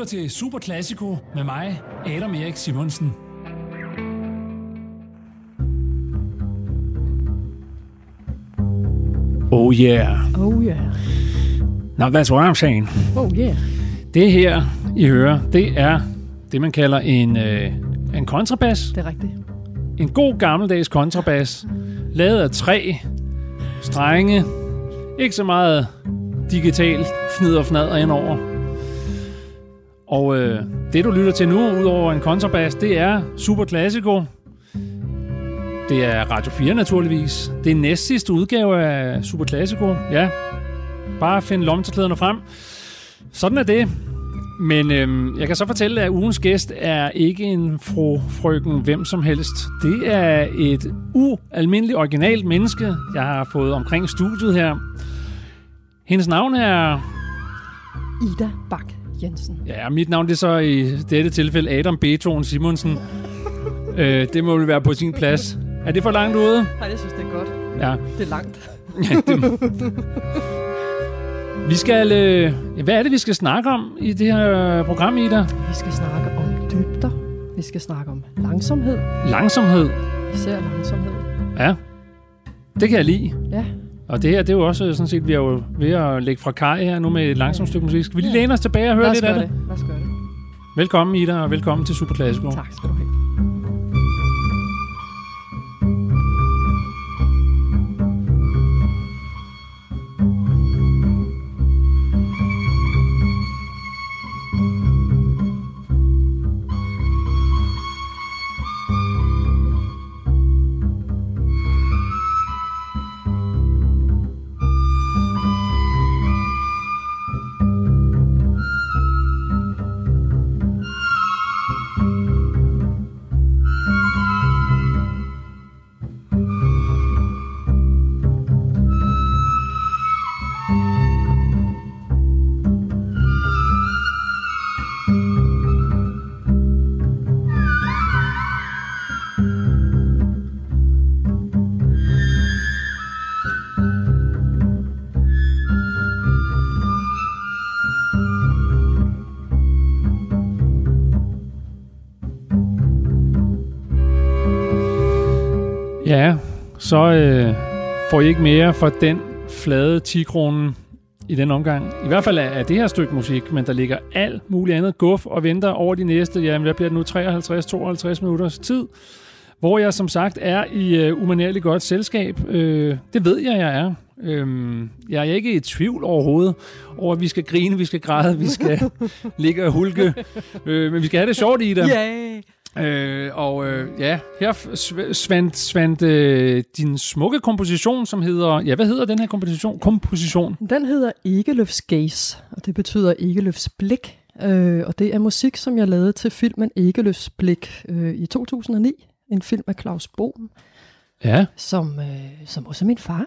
lytter til Super Classico med mig, Adam Erik Simonsen. Oh yeah. Oh yeah. Now that's what I'm saying. Oh yeah. Det her, I hører, det er det, man kalder en kontrabas. Det er rigtigt. En god gammeldags kontrabas, lavet af træ, strenge, ikke så meget digital fnid og fnader indover. Og det, du lytter til nu, udover en kontrabas, det er Super Classico. Det er Radio 4 naturligvis. Det er næstsidste udgave af Super Classico. Ja, bare find lommetørklæderne frem. Sådan er det. Men jeg kan så fortælle, at ugens gæst er ikke en frøken hvem som helst. Det er et ualmindeligt originalt menneske, jeg har fået omkring studiet her. Hendes navn er Ida Bak Jensen. Ja, mit navn det er så i dette tilfælde Adam Beethoven Simonsen. Det må vel være på sin plads. Er det for langt ude? Nej, jeg synes, det er godt. Ja. Det er langt. Vi skal... hvad er det, vi skal snakke om i det her program, Ida? Vi skal snakke om dybder. Vi skal snakke om langsomhed. Langsomhed? Især langsomhed. Ja, det kan jeg lide. Ja. Og det her, det er jo også sådan set, vi er jo ved at lægge fra kaj her nu med et langsomt stykke musik. Skal vi lige læne os tilbage og høre lidt af det? Lad os gøre det. Velkommen, Ida, og velkommen til Super Classico. Tak skal du have. Ja, så får I ikke mere for den flade 10-kronen i den omgang. I hvert fald er det her stykke musik, men der ligger alt muligt andet guf og venter over de næste, jamen hvad bliver det nu, 53-52 minutters tid, hvor jeg som sagt er i umanerligt godt selskab. Det ved jeg er. Jeg er ikke i tvivl overhovedet over, at vi skal grine, vi skal græde, vi skal ligge og hulke, men vi skal have det sjovt i det. Yeah. Her svandt din smukke komposition, som hedder... Ja, hvad hedder den her komposition? Den hedder Ekelöfs Gaze, og det betyder Ekelöfs blik. Og det er musik, som jeg lavede til filmen Ekelöfs blik i 2009. En film af Claus Bohm. Ja. Som også er min far.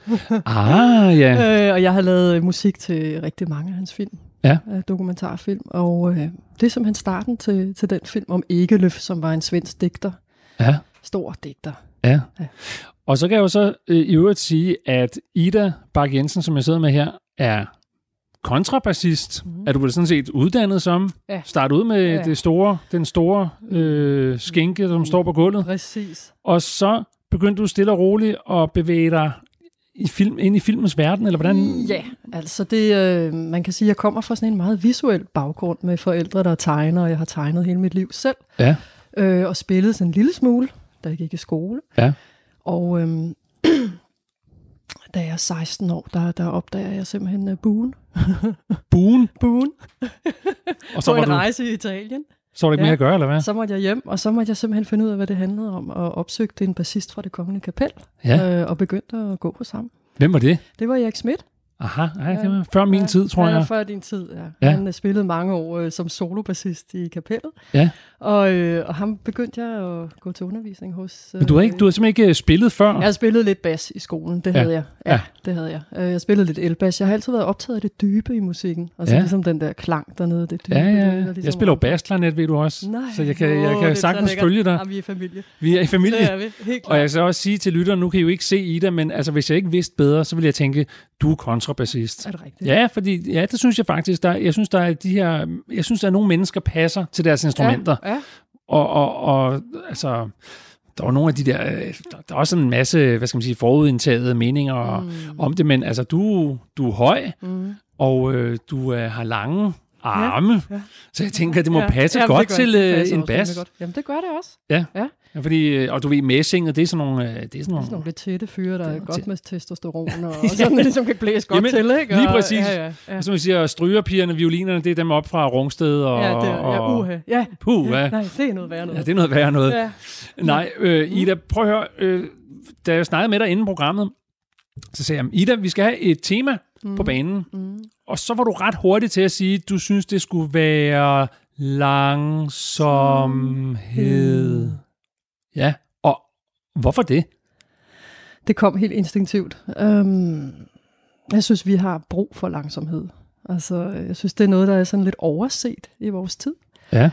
Ja. Og jeg har lavet musik til rigtig mange af hans film. Ja. Dokumentarfilm. Og det er simpelthen starten til den film om Ekelöf, som var en svensk digter. Ja. Stor digter. Ja. Og så kan jeg jo så i øvrigt sige, at Ida Bak Jensen, som jeg sidder med her, er kontrabassist. Er du vel sådan set uddannet som? Ja. Start ud med den store skænke, som står på gulvet. Præcis. Og så begyndte du stille og roligt at bevæge dig ind i filmens verden, eller hvordan? Ja, altså det, man kan sige, at jeg kommer fra sådan en meget visuel baggrund med forældre, der tegner, og jeg har tegnet hele mit liv selv. Ja. Og spillet sådan en lille smule, da jeg gik i skole. Ja. Og da jeg er 16 år, der opdager jeg simpelthen buen. Buen? Buen. Og så på en rejse i Italien. Så var det ikke mere at gøre, eller hvad? Så måtte jeg hjem, og så måtte jeg simpelthen finde ud af, hvad det handlede om, og opsøgte en bassist fra Det Kongelige Kapel, og begyndte at gå på sammen. Hvem var det? Det var Erik Schmidt. Aha, det var før min tid, tror jeg. Ja, før din tid, ja. Han spillede mange år som solobassist i kapellet. Ja. Og ham begyndte jeg at gå til undervisning hos. Men du har simpelthen ikke spillet før? Jeg har spillet lidt bas i skolen, det havde jeg. Ja, det havde jeg. Jeg spillede lidt elbas. Jeg har altid været optaget af det dybe i musikken. Og så ligesom den der klang dernede, det dybe. Ligesom jeg spiller jo bassklarinet, ved du også. Nej. Så jeg kan sagtens følge dig. Ja, vi er familie. Vi er i familie. Det er vi, helt klart. Og jeg skal også sige til lytterne, nu kan I jo ikke se Ida, men altså, hvis jeg ikke vidste bedre, så ville jeg tænke, du er kontrabassist. Er det rigtigt? Ja, fordi det synes jeg faktisk. Jeg synes, der er nogle mennesker passer til deres instrumenter. Ja. Og altså, der var nogle af de der, der er også en masse, hvad skal man sige, forudindtagede meninger om det, men altså, du er høj, og du har lange arme, så jeg tænker, at det må passe godt til en bas. Jamen, det gør det også. Ja. Fordi, og du ved, mæssinget, det er sådan nogle... Det er sådan nogle lidt tætte fyre, der er godt med testosteron, og sådan, det ligesom kan blæse godt til, ikke? Lige præcis. Og som vi siger, strygerpigerne, violinerne, det er dem op fra Rungsted. Nej, det er noget værre noget. Ja, det er noget værre noget. Ja. Nej, Ida, prøv at høre, da jeg snakkede med dig inden programmet, så sagde jeg, Ida, vi skal have et tema på banen. Og så var du ret hurtig til at sige, at du synes, det skulle være langsomhed. Ja, og hvorfor det? Det kom helt instinktivt. Jeg synes, vi har brug for langsomhed. Altså, jeg synes, det er noget, der er sådan lidt overset i vores tid. Ja.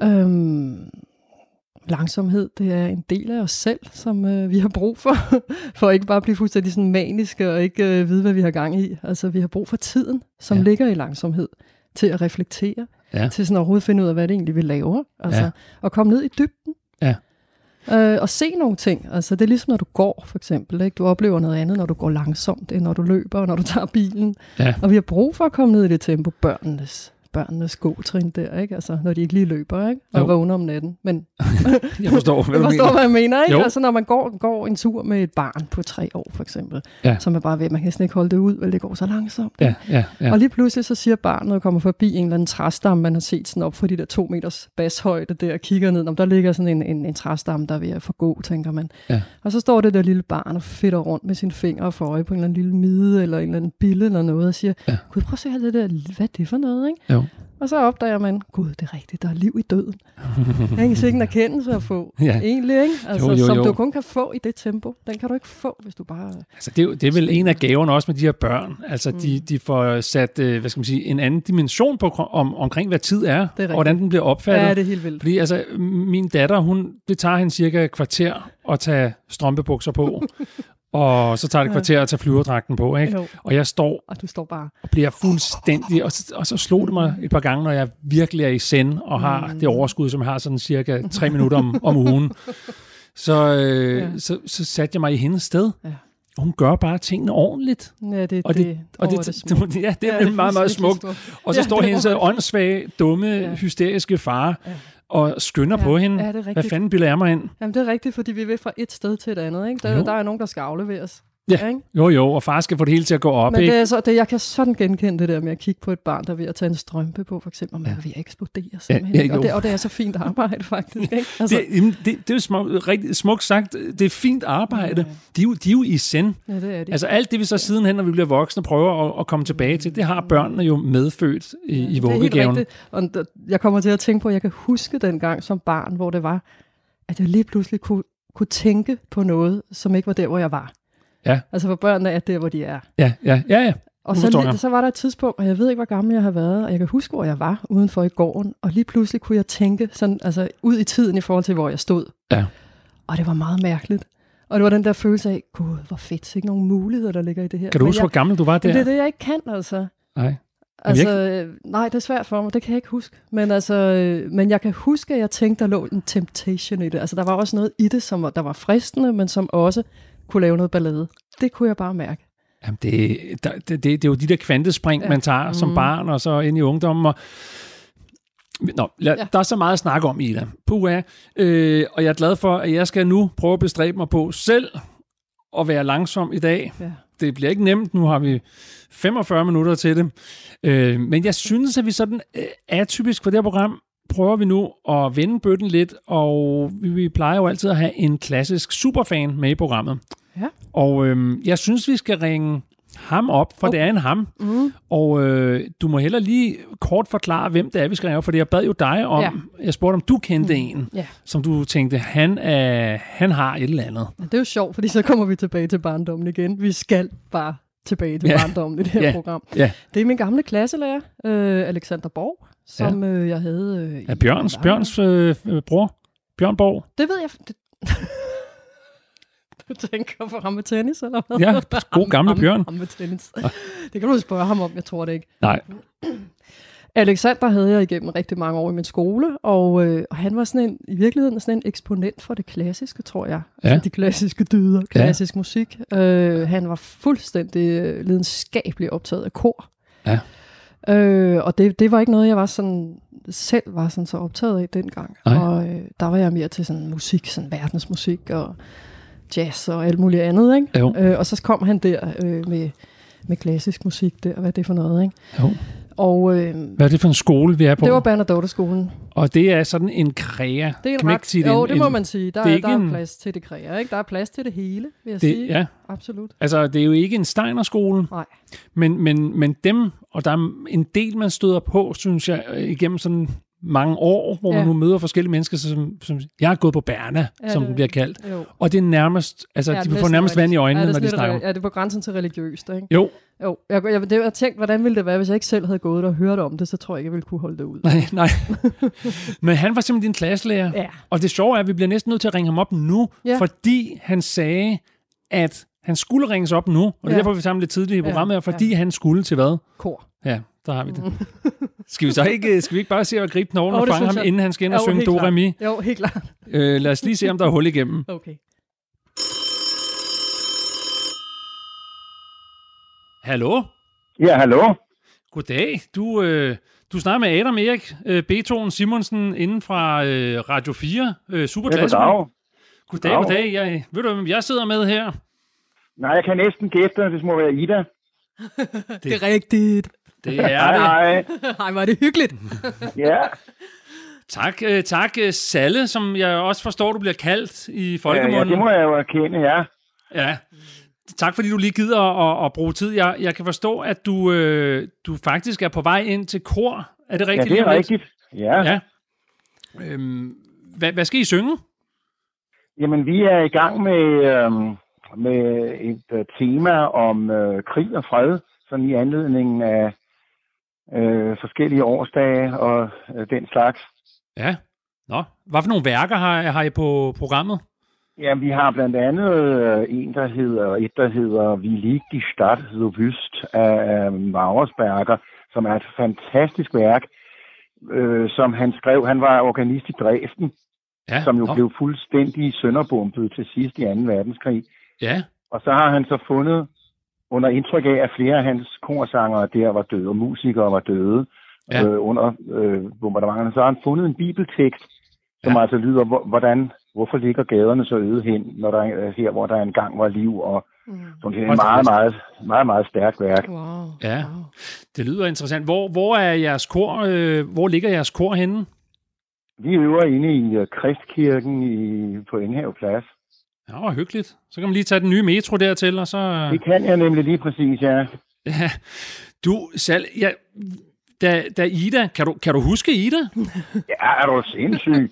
Langsomhed, det er en del af os selv, som vi har brug for, for ikke bare at blive fuldstændig sådan maniske og ikke vide, hvad vi har gang i. Altså, vi har brug for tiden, som ligger i langsomhed, til at reflektere, til sådan overhovedet finde ud af, hvad det egentlig vi laver, altså, og komme ned i dybden. Ja. Og se nogle ting. Altså, det er ligesom, når du går, for eksempel. Ikke? Du oplever noget andet, når du går langsomt, end når du løber, og når du tager bilen. Ja. Og vi har brug for at komme ned i det tempo, børnenes gåtrin der, ikke? Altså, når de ikke lige løber, ikke? Og vågner om natten. Men jeg forstår, hvad jeg mener, ikke? Altså, når man går en tur med et barn på 3 år, for eksempel, så man bare ved, man kan næsten ikke holde det ud, vel, det går så langsomt. Ja. Og lige pludselig så siger barnet, når kommer forbi en eller anden træstamme, man har set sådan op for de der 2 meters bashøjde der, og kigger ned, om der ligger sådan en træstamme, der er ved at forgå, tænker man. Ja. Og så står det der lille barn og fedter rundt med sine fingre og får øje på en eller anden lille mide, eller en eller anden bille eller noget, og siger, gud, prøv at se alt det der, hvad er det for noget, ikke? Jo. Og så opdager man, gud, det er rigtigt, der er liv i døden. Ikke en erkendelse at få, egentlig, ikke? Altså, jo. Som du kun kan få i det tempo. Den kan du ikke få, hvis du bare... Altså, det er vel en af gaverne også med de her børn. Altså, de får sat, hvad skal man sige, en anden dimension på, omkring, hvad tid er, og hvordan den bliver opfattet. Ja, det er helt vildt. Fordi altså, min datter, det tager hende cirka et kvarter at tage strømpebukser på. Og så tager det kvarter at tage flyverdragten på, ikke? Jo. Og jeg står, og du står bare og bliver fuldstændig, og så slog det mig et par gange, når jeg virkelig er i send og har det overskud, som jeg har sådan cirka 3 minutter om ugen. Så satte jeg mig i hendes sted. Ja. Og hun gør bare tingene ordentligt. Ja, det er meget, meget smukt. Og så står hendes åndssvage, dumme, hysteriske far og skynder på hende. Ja, hvad fanden bilder jeg mig ind? Jamen, det er rigtigt, fordi vi vil fra et sted til et andet. Ikke? Der er nogen, der skal afleveres. Ja, ikke? Jo, og far skal få det hele til at gå op. Men ikke? Det er så, jeg kan sådan genkende det der med at kigge på et barn, der er ved at tage en strømpe på, for eksempel, og man er ved at eksplodere simpelthen. Og det er så fint arbejde, faktisk. Ikke? Altså. Det er jo rigtig smukt sagt. Det er fint arbejde. De er jo i send. Ja, det er de. Altså alt det, vi så sidenhen, når vi bliver voksne, prøver at komme tilbage til, det har børnene jo medfødt i vuggegaven. Det er helt rigtigt. Og jeg kommer til at tænke på, at jeg kan huske den gang som barn, hvor det var, at jeg lige pludselig kunne tænke på noget, som ikke var der, hvor jeg var. Ja. Altså for børnene er der, hvor de er. Ja. Og så var der et tidspunkt, og jeg ved ikke, hvor gammel jeg har været, og jeg kan huske, hvor jeg var udenfor i gården, og lige pludselig kunne jeg tænke sådan, altså ud i tiden i forhold til, hvor jeg stod. Ja. Og det var meget mærkeligt. Og det var den der følelse af, gud, hvor fedt, ikke nogen muligheder, der ligger i det her. Kan du huske, hvor gammel du var der? Det er det, jeg ikke kan, altså. Nej. Nej, det er svært for mig, det kan jeg ikke huske. Men jeg kan huske, at jeg tænkte, der lå en temptation i det. Altså, der var også noget i det, der var fristende, men som også kunne lave noget ballade. Det kunne jeg bare mærke. Jamen, det er jo de der kvantespring, man tager som barn, og så ind i ungdommen. Der er så meget at snakke om, Ida. Og jeg er glad for, at jeg skal nu prøve at bestræbe mig på selv at være langsom i dag. Ja. Det bliver ikke nemt. Nu har vi 45 minutter til det. Men jeg synes, at vi sådan atypisk for det her program, prøver vi nu at vende bøtten lidt, og vi plejer jo altid at have en klassisk superfan med i programmet. Ja. Og jeg synes, vi skal ringe ham op, for det er en ham. Og du må heller lige kort forklare, hvem det er, vi skal ringe op, for jeg bad jo dig om, jeg spurgte, om du kendte en, som du tænkte, han har et eller andet. Det er jo sjovt, fordi så kommer vi tilbage til barndommen igen. Vi skal bare tilbage til barndommen i det her program. Ja. Det er min gamle klasselærer, Alexander Borg, som jeg havde... Bjørns bror? Bjørn Borg? Det ved jeg... Du tænker på ham med tennis, eller hvad? Ja, god gamle Bjørn. Ham med tennis. Det kan du spørge ham om, jeg tror det ikke. Nej. Alexander havde jeg igennem rigtig mange år i min skole, og han var i virkeligheden sådan en eksponent for det klassiske, tror jeg. Ja. Altså de klassiske dyder, klassisk musik. Han var fuldstændig lidenskabeligt optaget af kor. Ja. Og det var ikke noget, jeg var sådan selv var sådan så optaget af dengang. Og der var jeg mere til sådan musik, sådan verdensmusik og jazz og alt muligt andet, ikke? Og så kom han der med klassisk musik der, hvad er det for noget, ikke? Jo. Og, hvad er det for en skole, vi er på? Det var Bernadotte-skolen. Og det er sådan en kræa. Det må man sige. Der er plads til det kræa, ikke? Der er plads til det hele, vil jeg sige. Ja. Absolut. Altså, det er jo ikke en Steiner-skole. Nej. Men dem, og der er en del, man støder på, synes jeg, igennem sådan mange år, hvor man nu møder forskellige mennesker, som jeg har gået på Berna, som det bliver kaldt. Jo. Og det er nærmest, altså de får nærmest vand i øjnene, når de snakker. Ja, det er på grænsen til religiøst, ikke? Jo. Jeg har tænkt, hvordan ville det være, hvis jeg ikke selv havde gået og hørt om det, så tror jeg ikke, jeg ville kunne holde det ud. Nej. Men han var simpelthen din klasselærer. Ja. Og det sjove er, at vi bliver næsten nødt til at ringe ham op nu, fordi han sagde, at han skulle ringes op nu, og det er derfor, vi tager ham lidt tidligt i programmet, fordi han skulle til hvad? Kor. Ja, der har vi det. Skal vi ikke bare se at gribe knoglen og fange ham, inden han skal ind og synge Do Re Mi? Jo, helt klart. Lad os lige se, om der er hul igennem. Okay. Hallo? Ja, hallo. Goddag. Du snakker med Adam Erik Beethoven Simonsen inden fra Radio 4, Superklasse. Ja, goddag. Ved du, hvem jeg sidder med her? Nej, jeg kan næsten gætte, det må være Ida. Det er rigtigt. Det er det. Hej, var det hyggeligt. Ja. Tak, Salle, som jeg også forstår, du bliver kaldt i folkemunden. Ja, det må jeg jo erkende, ja. Ja. Tak, fordi du lige gider at bruge tid. Jeg kan forstå, at du faktisk er på vej ind til kor. Er det rigtigt? Ja, det er rigtigt. Ja. Hvad skal I synge? Jamen, vi er i gang med et tema om krig og fred, sådan i anledningen af forskellige årsdage og den slags. Ja. Nå. Hvad for nogle værker har I på programmet? Ja, vi har blandt andet et, der hedder Wie liegt die Stadt so wüst af Mauersberger, som er et fantastisk værk, som han skrev. Han var organist i Dresden, som jo blev fuldstændig sønderbombet til sidst i 2. verdenskrig. Ja. Og så har han så fundet, under indtryk af, at flere af hans korsangere der var døde, og musikere var døde under bombardementerne, så har han fundet en bibeltekst, som altså lyder, hvorfor ligger gaderne så øde hen, når der er her, hvor der engang var liv, og sådan det er et meget, meget stærkt værk. Wow. Ja, det lyder interessant. Hvor er jeres kor, hvor ligger jeres kor henne? Vi øver inde i Kristkirken på Enghave Plads. Ja, hyggeligt. Så kan man lige tage den nye metro dertil, og så... Det kan jeg nemlig lige præcis, ja. Ja. Du, Sal, da Ida... Kan du huske Ida? Ja, er du sindssyg?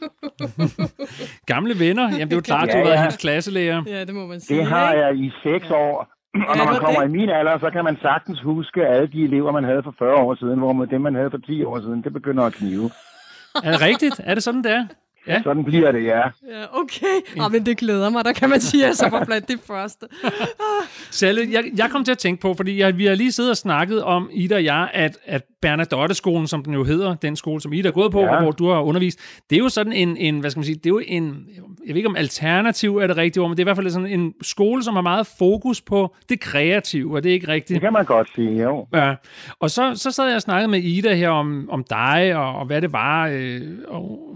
Gamle venner. Jamen, det er jo klart, du har været hendes klasselærer. Ja, det må man sige. Det har jeg i 6 år. Og når man kommer i min alder, så kan man sagtens huske alle de elever, man havde for 40 år siden, hvor dem, man havde for 10 år siden, det begynder at knive. Er det rigtigt? Er det sådan, det er? Ja. Sådan bliver det, ja. Ja, okay. Men det glæder mig, der kan man sige, at jeg så var blandt de første. Salle, jeg kom til at tænke på, fordi vi har lige siddet og snakket om, Ida og jeg, at Bernadotte-skolen, som den jo hedder, den skole, som Ida er gået på, hvor du har undervist, det er jo sådan en hvad skal man sige, det er jo en, jeg ved ikke om alternativ er det rigtige ord, men det er i hvert fald sådan en skole, som har meget fokus på det kreative, og det er ikke rigtigt. Det kan man godt sige, jo. Ja, og så sad jeg og snakkede med Ida her om dig, og hvad det var, og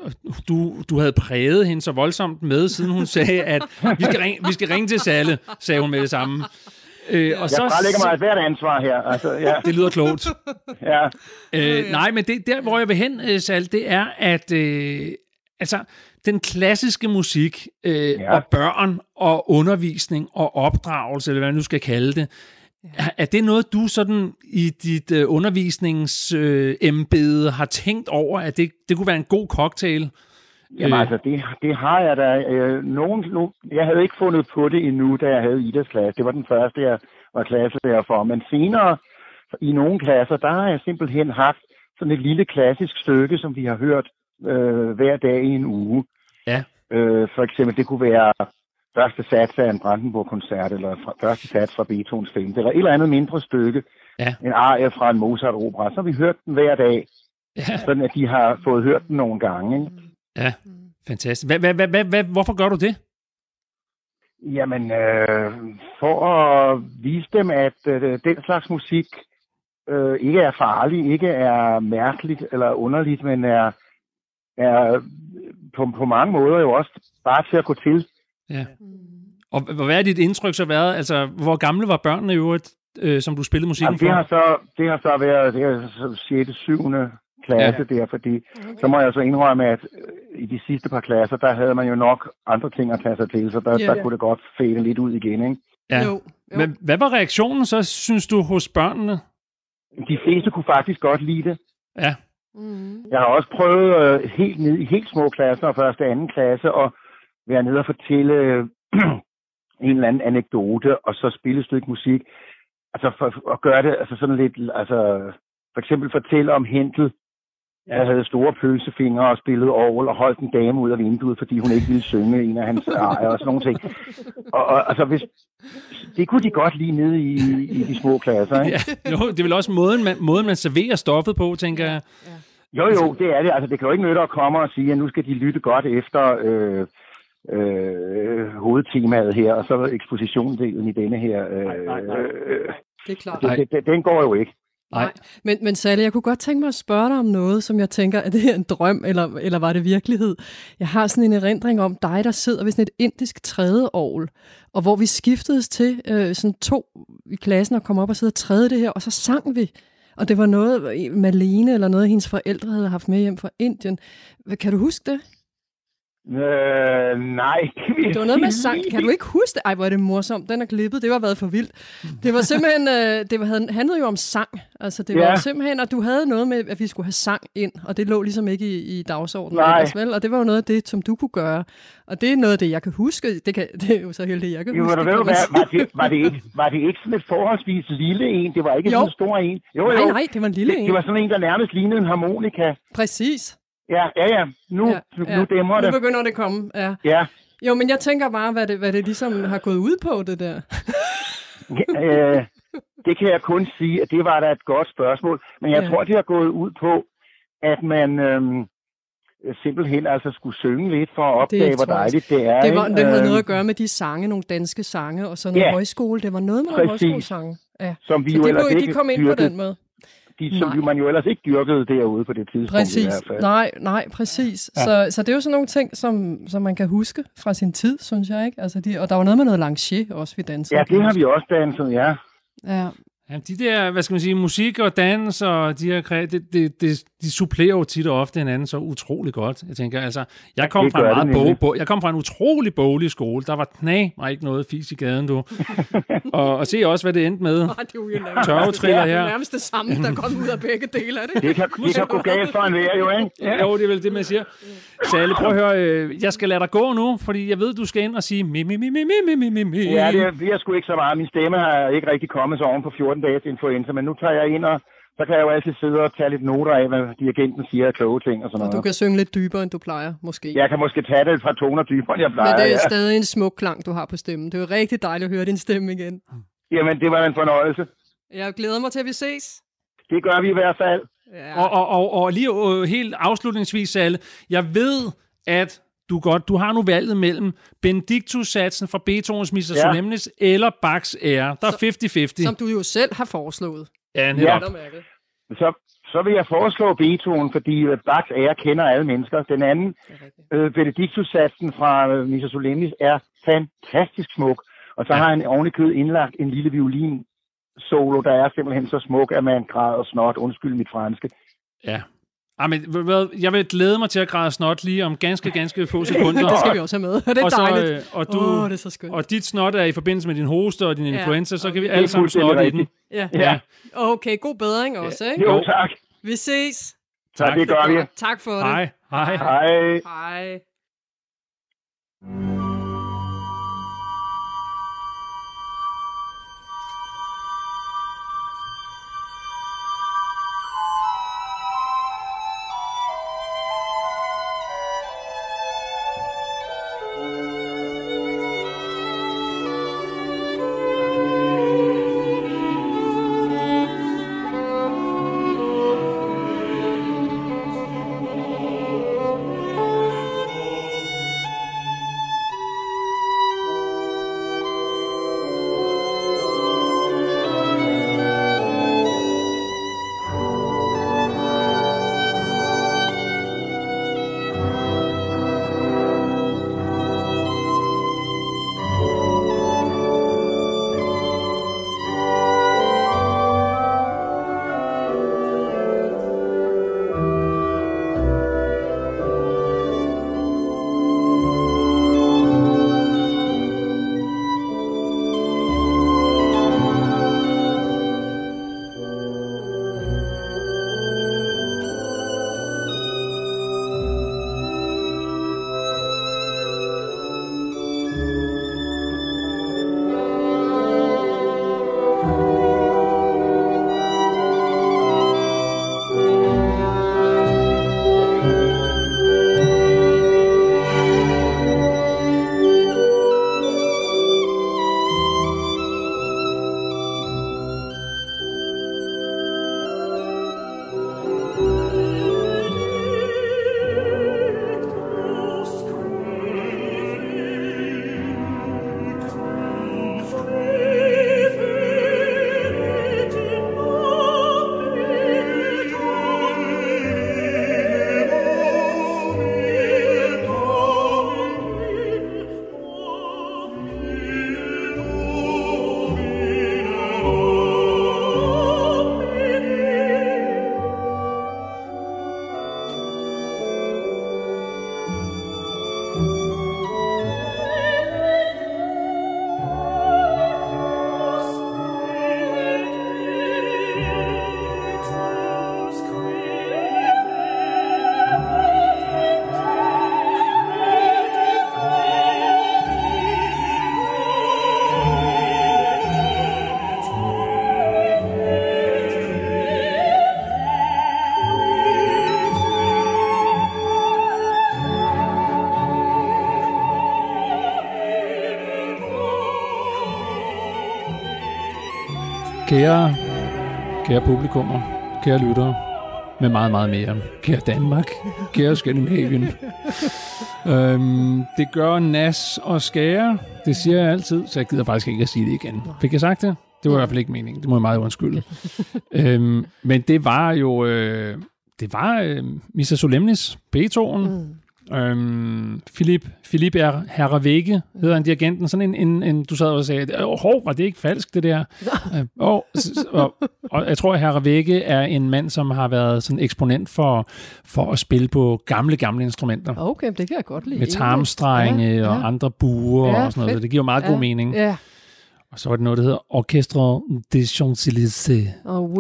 du havde præget hende så voldsomt med, siden hun sagde, at vi skal ringe til Salle, sagde hun med det samme. Jeg fralægger mig et hvert ansvar her. Altså, ja. Det lyder klogt. Ja. Nej, men der, hvor jeg vil hen, Salle, det er, at altså, den klassiske musik og børn og undervisning og opdragelse, eller hvad man nu skal kalde det, er det noget, du sådan i dit undervisningsembede har tænkt over, at det kunne være en god cocktail? Jamen altså, det har jeg da. Jeg havde ikke fundet på det endnu, da jeg havde Idas klasse. Det var den første, jeg var klasselærer for. Men senere, i nogle klasser, der har jeg simpelthen haft sådan et lille klassisk stykke, som vi har hørt hver dag i en uge. Ja. For eksempel, det kunne være første sats af en Brandenburg-koncert, eller første sats fra Beethovens 5, eller et eller andet mindre stykke, en arie fra en Mozart-opera, så har vi hørt den hver dag, sådan at de har fået hørt den nogle gange. Ikke? Ja, fantastisk. Hvorfor gør du det? Jamen, for at vise dem, at den slags musik ikke er farlig, ikke er mærkeligt eller underligt, men er på mange måder jo også bare til at gå til. Ja. Og hvad er dit indtryk så været? Altså, hvor gamle var børnene i øvrigt, som du spillede musikken for? Det har så været 6. 7. klasse der, fordi så må jeg så indrømme, at i de sidste par klasser, der havde man jo nok andre ting at tage sig til, så der kunne det godt fade lidt ud igen, ikke? Ja. Jo. Men hvad var reaktionen så, synes du, hos børnene? De fleste kunne faktisk godt lide det. Ja. Jeg har også prøvet helt ned i helt små klasser, første og anden klasse, at være nede og fortælle en eller anden anekdote, og så spille et stykke musik. Altså for at gøre det altså sådan lidt, altså for eksempel fortælle om Händel, der havde store pølsefingre og spillede orgel og holdt en dame ud af vinduet, fordi hun ikke ville synge en af hans arier og sådan nogle ting. Og altså, det kunne de godt lide nede i de små klasser, ikke? Ja, jo, det er vel også måden, man serverer stoffet på, tænker jeg. Jo, det er det. Altså, det kan jo ikke nytte at komme og sige, at nu skal de lytte godt efter hovedtemaet her, og så ekspositionsdelen i denne her. Det er klart. Den går jo ikke. Nej. Men Sally, jeg kunne godt tænke mig at spørge dig om noget, som jeg tænker, er det her en drøm, eller var det virkelighed? Jeg har sådan en erindring om dig, der sidder ved sådan et indisk trædeorgel, og hvor vi skiftedes til sådan 2 i klassen og kom op og sidde og træde det her, og så sang vi. Og det var noget, Malene eller noget, hendes forældre havde haft med hjem fra Indien. Kan du huske det? Nej. Det var noget med sang. Kan du ikke huske det? Ej, hvor er det morsomt. Den er klippet. Det var været for vildt. Det var simpelthen, handlede jo om sang. Altså, det var simpelthen, at du havde noget med, at vi skulle have sang ind, og det lå ligesom ikke i dagsordenen. Vel? Og det var jo noget af det, som du kunne gøre. Og det er noget af det, jeg kan huske. Det er jo så heldigt, jeg kan huske. Var det ikke sådan et forholdsvis lille en? Det var ikke sådan en stor en? Jo. Nej, det var en lille en. Det var sådan en, der nærmest lignede en harmonika. Præcis. Ja. Nu dæmmer det. Nu begynder det at komme, ja. Jo, men jeg tænker bare, hvad det ligesom har gået ud på, det der. Det kan jeg kun sige, at det var da et godt spørgsmål. Men jeg tror, det har gået ud på, at man simpelthen altså skulle synge lidt for at opdage, hvor dejligt det er. Det havde noget at gøre med de sange, nogle danske sange, og sådan noget højskole. Det var noget med nogle højskolesange. Ja. Som vi jo ellers ikke kom ind på den måde. Som man jo ellers ikke dyrkede derude på det tidspunkt. Præcis. I hvert fald. Nej, præcis. Ja. Så det er jo sådan nogle ting, som man kan huske fra sin tid, synes jeg, ikke? Altså og der var noget med noget lancier også, vi dansede. Ja, det har vi også danset, ja. Ja, de der, hvad skal man sige, musik og dans og de her de supplerer jo tit og ofte hinanden så utrolig godt. Jeg tænker, altså, jeg kom fra en utrolig boglig skole. Der var knæ og ikke noget fis i gaden, du. og se også, hvad det endte med. Tørvetriller her. Det er nærmest det samme, der kom ud af begge dele af det. Det kan gå galt for en vejr, jo, ikke? Ja. Jo, det er vel det, man siger. Sally, prøv at høre, jeg skal lade dig gå nu, fordi jeg ved, du skal ind og sige mi. Ja, det bliver sgu ikke så meget. Min stemme har ikke rigtig kommet så oven på 14 dages influenza, men nu tager jeg ind, og så kan jeg jo altid sidde og tage lidt noter af, hvad dirigenten siger af kloge ting og sådan noget. Og du kan synge lidt dybere, end du plejer, måske. Jeg kan måske tage det fra toner dybere, end jeg plejer. Men det er stadig en smuk klang, du har på stemmen. Det er jo rigtig dejligt at høre din stemme igen. Jamen, det var en fornøjelse. Jeg glæder mig til, at vi ses. Det gør vi i hvert fald. Ja. Og lige helt afslutningsvis, Sally, jeg ved, at du har nu valget mellem Benedictus-satsen fra Beethovens Missa Solemnis eller Bachs Ære. Der er 50-50. Som du jo selv har foreslået. Ja, netop. Så vil jeg foreslå Beethoven, fordi Bachs Ære kender alle mennesker. Den anden, Benedictus-satsen fra Missa Solemnis, er fantastisk smuk. Og så har han ovenikøbet indlagt en lille violin solo, der er simpelthen så smuk, at man græder snot. Undskyld mit franske. Ja. Men jeg vil glæde mig til at græde snot lige om ganske få sekunder. Det skal vi også have med. Det er dejligt. Det er så skønt. Og dit snot er i forbindelse med din hoste og din influenza, så kan vi alle sammen snotte i den. Ja. Okay, god bedring også, ikke? Jo, tak. Vi ses. Tak, det gør vi. Tak for det. Hej. Kære publikummer, kære lyttere, med meget, meget mere. Kære Danmark, kære Skandinavien. Det gør nas og skære, det siger jeg altid, så jeg gider faktisk ikke at sige det igen. Fik jeg sagt det? Det var i hvert fald ikke meningen, det må jeg meget undskylde. Men det var jo, Missa Solemnis, Beethoven, Philip Herreweghe hedder han, dirigenten, sådan en du sad og sagde, var det ikke falsk, det der? Og jeg tror, at Herreweghe er en mand, som har været sådan eksponent for at spille på gamle instrumenter. Okay, det kan jeg godt lide. Med tarmstrenge og andre buer og sådan noget, så det giver meget god mening. Ja. Og så var det noget, der hedder Orchestre des Champs-Élysées.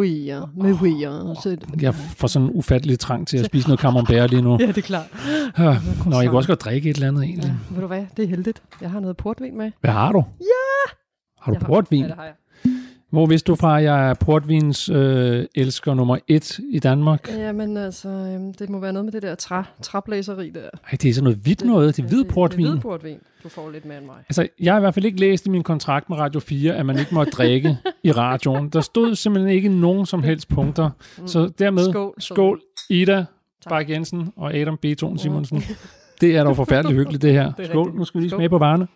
Jeg får sådan en ufattelig trang til at spise noget camembert lige nu. Ja, det er klart. Nå, jeg kan også godt drikke et eller andet egentlig. Ja, ved du hvad, det er heldigt. Jeg har noget portvin med. Hvad har du? Ja! Har du portvin? Ja, det har jeg. Hvor vidste du fra, at jeg er portvins elsker nummer 1 i Danmark? Jamen altså, det må være noget med det der træblæseri der. Ej, det er sådan noget hvidt noget. Det er hvid portvin. Det er hvid portvin. Du får lidt mere end mig. Altså, jeg har i hvert fald ikke læst i min kontrakt med Radio 4, at man ikke må drikke i radioen. Der stod simpelthen ikke nogen som helst punkter. Så dermed, skål Ida Bak Jensen og Adam Beethoven Simonsen. Det er dog forfærdeligt hyggeligt, det her. Skål, nu skal vi lige smage på varerne.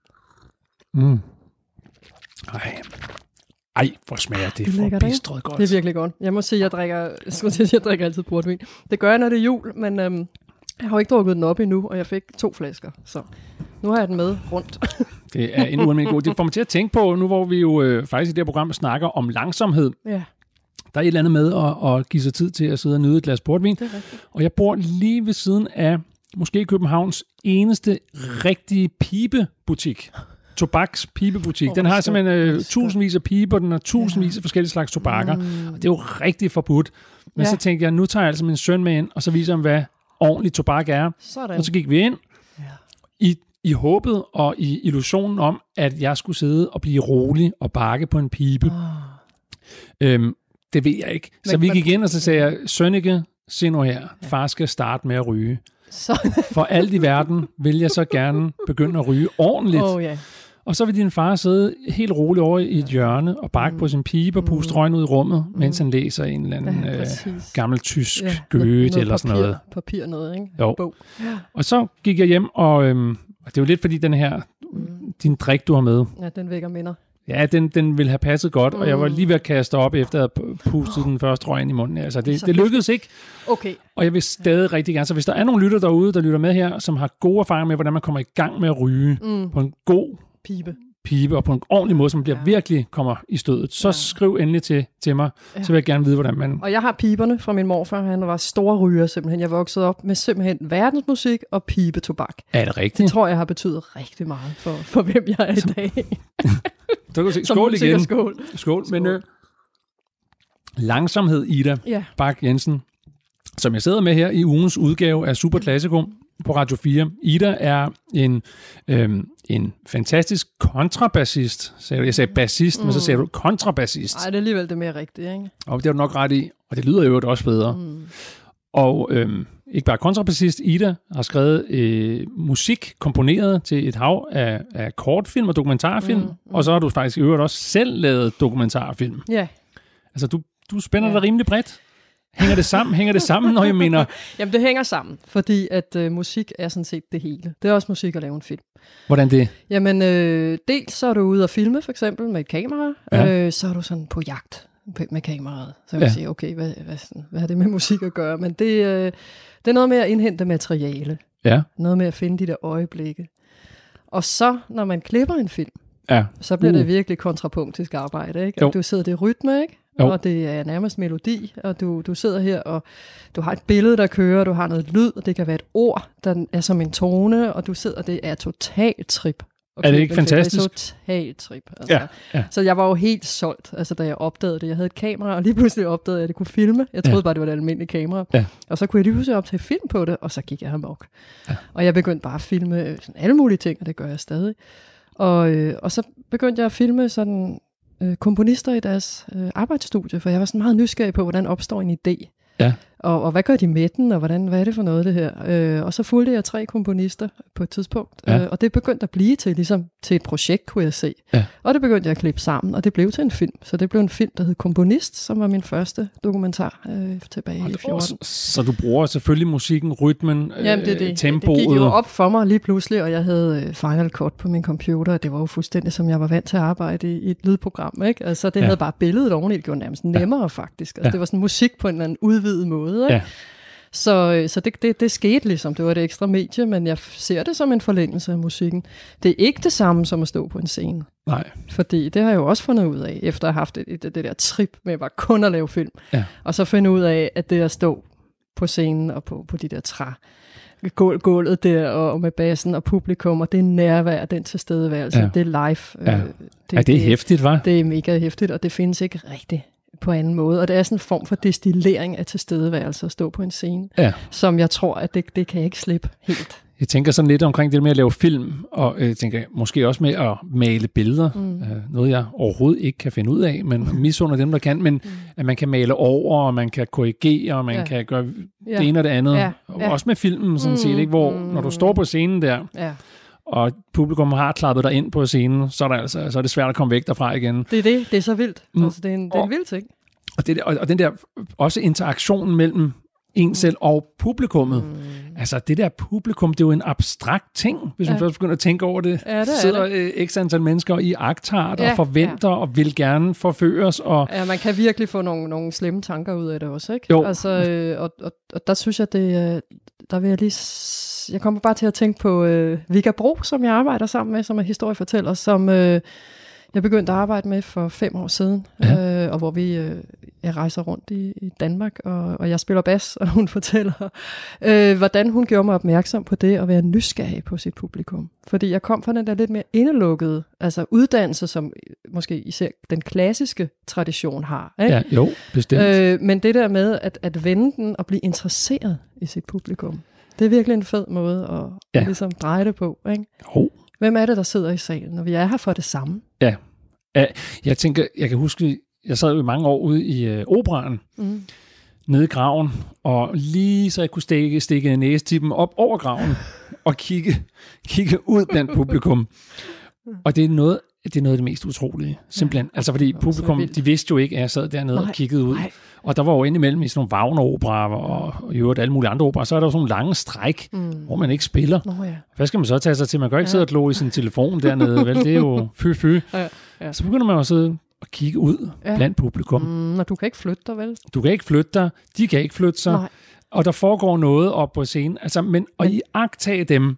Ej, hvor smager det forbistret godt. Det er virkelig godt. Jeg må sige, jeg drikker altid portvin. Det gør jeg, når det er jul, men jeg har jo ikke drukket den op endnu, og jeg fik 2 flasker. Så nu har jeg den med rundt. Det er en ualmindelig god. Det får mig til at tænke på, nu hvor vi jo faktisk i det her program snakker om langsomhed. Ja. Der er et eller andet med at give sig tid til at sidde og nyde et glas portvin. Det er rigtigt. Og jeg bor lige ved siden af, måske Københavns eneste rigtige pibebutik. Tobakspibebutik. Den har simpelthen tusindvis af piber, den har tusindvis af forskellige slags tobakker. Og det er jo rigtig forbudt. Men så tænkte jeg, nu tager jeg altså min søn med ind, og så viser ham, hvad ordentlig tobak er. Sådan. Og så gik vi ind i håbet og i illusionen om, at jeg skulle sidde og blive rolig og bakke på en pibe. Det ved jeg ikke. Så vi gik ind, og så sagde jeg, Sønneke, se nu her, far skal starte med at ryge. For alt i verden vil jeg så gerne begynde at ryge ordentligt. Og så vil din far sidde helt roligt over i et hjørne og bakke på sin pibe og puste røgen ud i rummet, mens han læser en eller anden gammel tysk Goethe eller sådan noget. Papir noget, ikke? Jo. Bog. Og så gik jeg hjem, og det er jo lidt fordi den her, din drik, du har med. Ja, den vækker minder. Ja, den ville have passet godt, og jeg var lige ved at kaste op, efter at have pustet den første røg ind i munden. Altså, det lykkedes ikke. Okay. Og jeg vil stadig rigtig gerne. Så hvis der er nogle lytter derude, der lytter med her, som har gode erfaringer med, hvordan man kommer i gang med at ryge på en god pibe og på en ordentlig måde, som bliver virkelig kommer i stødet, så skriv endelig til mig, så vil jeg gerne vide, hvordan man... Og jeg har piberne fra min morfar, han var store ryger simpelthen. Jeg voksede op med simpelthen verdensmusik og pibetobak. Er det rigtigt? Det tror jeg har betydet rigtig meget for hvem jeg er i dag. Så kan du se, skål igen. Skål. Men langsomhed, Ida Bak Jensen, som jeg sidder med her i ugens udgave af Super Classico på Radio 4. Ida er en fantastisk kontrabassist. Jeg sagde bassist, men så sagde du kontrabassist. Nej, det er alligevel det mere rigtige, ikke? Og det er du nok ret i, og det lyder jo også bedre. Og ikke bare kontrabassist, Ida har skrevet musik komponeret til et hav af kortfilm og dokumentarfilm, og så har du faktisk i øvrigt også selv lavet dokumentarfilm. Ja. Altså, du spænder dig rimelig bredt. Hænger det sammen, når jeg mener... Jamen, det hænger sammen, fordi at musik er sådan set det hele. Det er også musik at lave en film. Hvordan det? Jamen, dels så er du ude at filme, for eksempel, med et kamera. Så er du sådan på jagt med kameraet. Så kan man sige, okay, hvad har det med musik at gøre? Men det er noget med at indhente materiale. Ja. Noget med at finde de der øjeblikke. Og så, når man klipper en film, så bliver det virkelig kontrapunktisk arbejde, ikke? Og du sidder det i rytme, ikke? Og det er nærmest melodi, og du sidder her, og du har et billede, der kører, du har noget lyd, og det kan være et ord, der er som en tone, og du sidder, det er totalt trip. Okay, er det ikke fantastisk? Det er totalt trip. Altså. Ja. Så jeg var jo helt solgt, altså, da jeg opdagede det. Jeg havde et kamera, og lige pludselig opdagede jeg, at det kunne filme. Jeg troede bare, det var et almindeligt kamera. Ja. Og så kunne jeg lige pludselig optage film på det, og så gik jeg amok. Ja. Og jeg begyndte bare at filme sådan alle mulige ting, og det gør jeg stadig. Og så begyndte jeg at filme sådan komponister i deres arbejdsstudie, for jeg var sådan meget nysgerrig på, hvordan opstår en idé. Ja. Og hvad gør de med den, og hvad er det for noget, det her? Og så fulgte jeg 3 komponister på et tidspunkt, og det begyndte at blive til et projekt, kunne jeg se. Ja. Og det begyndte jeg at klippe sammen, og det blev til en film. Så det blev en film, der hed Komponist, som var min første dokumentar tilbage i 14. Så du bruger selvfølgelig musikken, rytmen, tempoet? Det gik jo op for mig lige pludselig, og jeg havde Final Cut på min computer, og det var jo fuldstændig, som jeg var vant til at arbejde i et lydprogram, ikke? Altså, det havde bare billedet oveni, det gjorde nærmest nemmere faktisk. Altså, det var sådan musik på en eller anden udvidet måde, ikke? Ja. Så det skete ligesom, det var det ekstra medie, men jeg ser det som en forlængelse af musikken. Det er ikke det samme som at stå på en scene. Nej. Fordi det har jeg jo også fundet ud af, efter at have haft det der trip med bare kun at lave film. Ja. Og så finde ud af, at det at stå på scenen og på de der gulvet der, og med bassen og publikum, og det er nærvær, den tilstedeværelse, det er live. Ja. Det er hæftigt, hva'? Det er mega hæftigt, og det findes ikke rigtigt på anden måde, og det er sådan en form for destillering af tilstedeværelse at stå på en scene, som jeg tror, at det kan jeg ikke slippe helt. Jeg tænker sådan lidt omkring det med at lave film, og jeg tænker måske også med at male billeder, noget jeg overhovedet ikke kan finde ud af, men misunder dem, der kan, men at man kan male over, og man kan korrigere, og man kan gøre det ene og det andet, og også med filmen sådan set, ikke? Hvor når du står på scenen der, og publikum har klappet dig ind på scenen, så er det svært at komme væk derfra igen. Det er så vildt. Altså, det er en vild ting. Og den der også interaktionen mellem en selv og publikummet. Altså det der publikum, det er jo en abstrakt ting, hvis man først begynder at tænke over det. Ja, det sidder x antal mennesker i agtart og forventer og vil gerne forføres. Og ja, man kan virkelig få nogle slemme tanker ud af det også, ikke? Jo. Altså, og der synes jeg, der vil jeg lige... Jeg kommer bare til at tænke på Vigga Bro, som jeg arbejder sammen med, som er historiefortæller, som jeg begyndte at arbejde med for 5 år siden, og hvor jeg rejser rundt i Danmark, og jeg spiller bas, og hun fortæller, hvordan hun gjorde mig opmærksom på det at være nysgerrig på sit publikum. Fordi jeg kom fra den der lidt mere indelukkede, altså uddannelse, som måske især den klassiske tradition har. Ikke? Ja, jo, bestemt. Men det der med at vende den og blive interesseret i sit publikum, det er virkelig en fed måde at ligesom dreje det på. Ikke? Jo. Hvem er det, der sidder i salen, når vi er her for det samme? Ja. Jeg tænker, jeg kan huske, jeg sad jo i mange år ude i operaen, nede i graven, og lige så jeg kunne stikke næstippen op over graven, og kigge ud blandt publikum. Og det er noget af det mest utrolige, simpelthen. Altså fordi publikum, de vidste jo ikke, at jeg sad dernede og kiggede ud. Nej. Og der var jo indimellem i sådan nogle Wagner-operaer, og i øvrigt alle mulige andre operaer, så er der jo sådan nogle lange stræk, hvor man ikke spiller. Hvad skal man så tage sig til? Man kan ikke sidde og glo i sin telefon dernede, vel? Det er jo fy. Ja. Så begynder man jo at sidde og kigge ud blandt publikum. Og du kan ikke flytte dig, vel? Du kan ikke flytte dig, de kan ikke flytte sig, og der foregår noget op på scenen. Altså, men iagttage dem,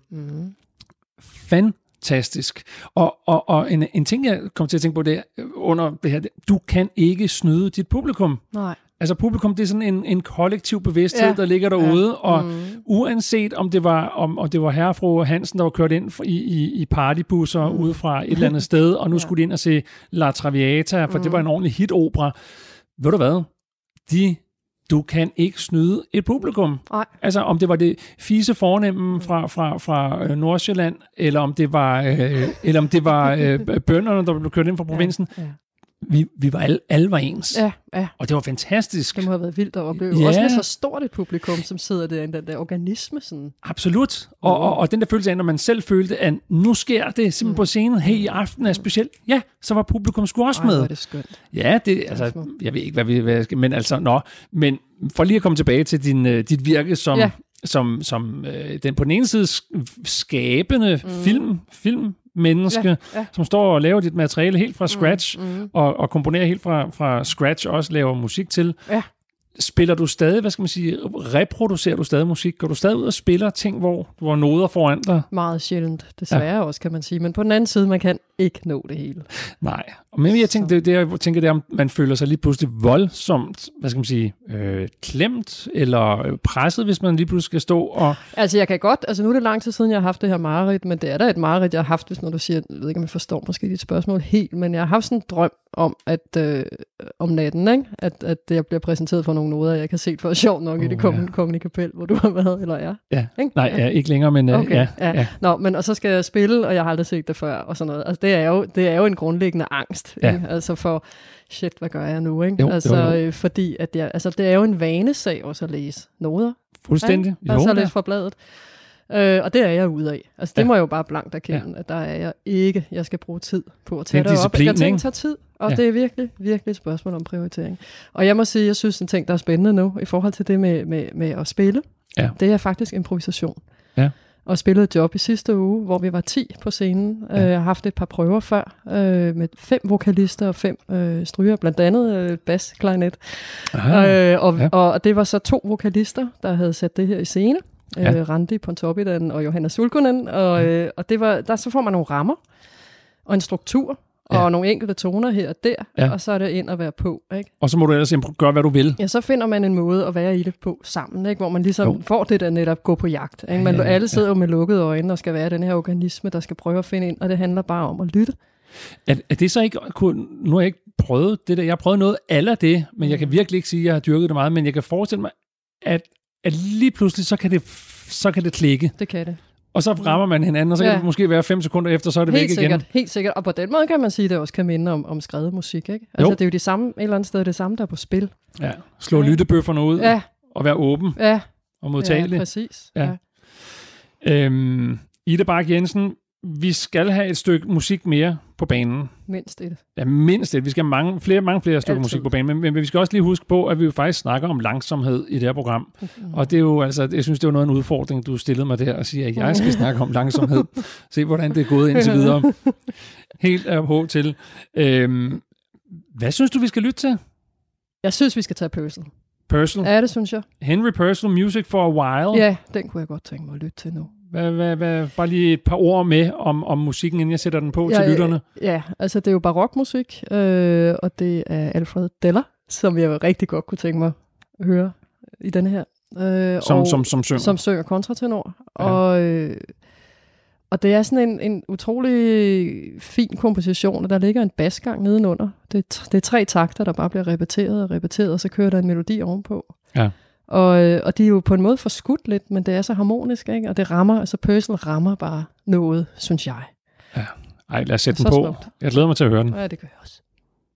fantastisk. Og en ting, jeg kom til at tænke på, det under det her, du kan ikke snyde dit publikum. Nej. Altså publikum, det er sådan en kollektiv bevidsthed, der ligger derude, og uanset om det var herre og fru Hansen, der var kørt ind i partybusser ude fra et eller andet sted, og nu skulle de ind og se La Traviata, for det var en ordentlig hitopera. Ved du hvad? Du kan ikke snyde et publikum. Nej. Altså om det var det fise fornemme fra Nordsjælland, eller om det var bønderne, der blev kørt ind fra provinsen. Ja. Vi var alle var ens. Ja. Og det var fantastisk. Det må have været vildt at opleve. Ja. Også med så stort et publikum, som sidder der i den der organisme. Sådan. Absolut. Og den der følelse af, når man selv følte, at nu sker det simpelthen på scenen, hey, i aften er specielt. Ja, så var publikum sgu også med. Hvor er det skønt. Ja, altså, jeg ved ikke, hvad skal, men altså, men for lige at komme tilbage til dit virke som den på den ene side skabende filmmenneske, som står og laver dit materiale helt fra scratch, og komponerer helt fra scratch, også laver musik til. Ja. Spiller du stadig, reproducerer du stadig musik? Går du stadig ud og spiller ting, hvor du har noder foran dig? Meget sjældent, desværre også, kan man sige. Men på den anden side, man kan ikke nå det hele. Nej, men jeg tænker, det er, om man føler sig lige pludselig voldsomt, klemt eller presset, hvis man lige pludselig skal stå og... Altså, jeg kan godt, nu er det lang tid siden, jeg har haft det her mareridt, men det er da et mareridt, jeg har haft, hvis når du siger, jeg ved ikke, om jeg forstår måske dit spørgsmål helt, men jeg har haft sådan en drøm om, om natten, ikke? At jeg bliver præsenteret for nogle noder, jeg kan se for sjovt nok i det kongelige kapel, hvor du har været, eller er. Ja. Ikke? Nej, ja, ikke længere, men okay. Ja. Nå, men og så skal jeg spille, og jeg har aldrig set det før, og sådan noget. Altså, det er jo en grundlæggende angst, ikke? Altså for, shit, hvad gør jeg nu, ikke? Jo. Fordi at det er jo en vanesag også at læse noder. Fuldstændig. Jo, altså at læse fra bladet. Og det er jeg ude af. Altså det må jeg jo bare blankt erkende, at der er jeg ikke. Jeg skal bruge tid på at tage det op. Jeg tænker, tager tid, og det er virkelig, virkelig et spørgsmål om prioritering. Og jeg må sige, jeg synes en ting, der er spændende nu, i forhold til det med at spille, det er faktisk improvisation. Ja. Og spillede et job i sidste uge, hvor vi var 10 på scenen. Jeg har haft et par prøver før, med 5 vokalister og 5 stryger, blandt andet bas, klarinet. Og det var så 2 vokalister, der havde sat det her i scene. Randi Pontoppidan og Johanna Sulkunen, og det var, der så får man nogle rammer og en struktur og nogle enkelte toner her og der, og så er det ind at være på, ikke? Og så må du ellers gøre, hvad du vil. Ja, så finder man en måde at være i det på sammen, ikke? Hvor man ligesom får det der netop gå på jagt. Ikke? Alle sidder jo med lukkede øjne og skal være den her organisme, der skal prøve at finde ind, og det handler bare om at lytte. Er det så ikke, nu har jeg ikke prøvet det der, jeg har prøvet noget af det, men jeg kan virkelig ikke sige, at jeg har dyrket det meget, men jeg kan forestille mig, at lige pludselig, så kan det klikke. Det kan det. Og så rammer man hinanden, og så kan det måske være 5 sekunder efter, så er det væk igen. Helt sikkert. Og på den måde kan man sige, at det også kan minde om skrevet musik, ikke? Altså, det er jo det samme, et eller andet sted, det samme, der er på spil. Ja, slå lyttebøfferne ud, og være åben og modtagelig. Ja, præcis. Ja. Ida Bach Jensen, vi skal have et stykke musik mere på banen. Mindst et. Ja, mindst et. Vi skal have mange flere stykker musik på banen, men vi skal også lige huske på, at vi jo faktisk snakker om langsomhed i det her program. Og det er jo altså, jeg synes, det var noget af en udfordring, du stillede mig der og siger, at jeg skal snakke om langsomhed. Se, hvordan det er gået indtil videre. Helt af til. Hvad synes du, vi skal lytte til? Jeg synes, vi skal tage Purcell. Purcell? Ja, det synes jeg. Henry Purcell, Music for a While. Ja, den kunne jeg godt tænke mig at lytte til nu. Bare lige et par ord med om musikken, inden jeg sætter den på til lytterne. Ja, altså det er jo barokmusik, og det er Alfred Deller, som jeg rigtig godt kunne tænke mig at høre i denne her. Som synger? Som synger kontratenor. Ja. Og det er sådan en utrolig fin komposition, og der ligger en basgang nedenunder. Det er 3 takter, der bare bliver repeteret, og så kører der en melodi ovenpå. Ja. Og de er jo på en måde forskudt lidt, men det er så harmonisk, ikke? Og det rammer, altså Purcell rammer bare noget, synes jeg. Ja. Ej, lad os sætte den på. Smukt. Jeg glæder mig til at høre den. Ja, det gør jeg også.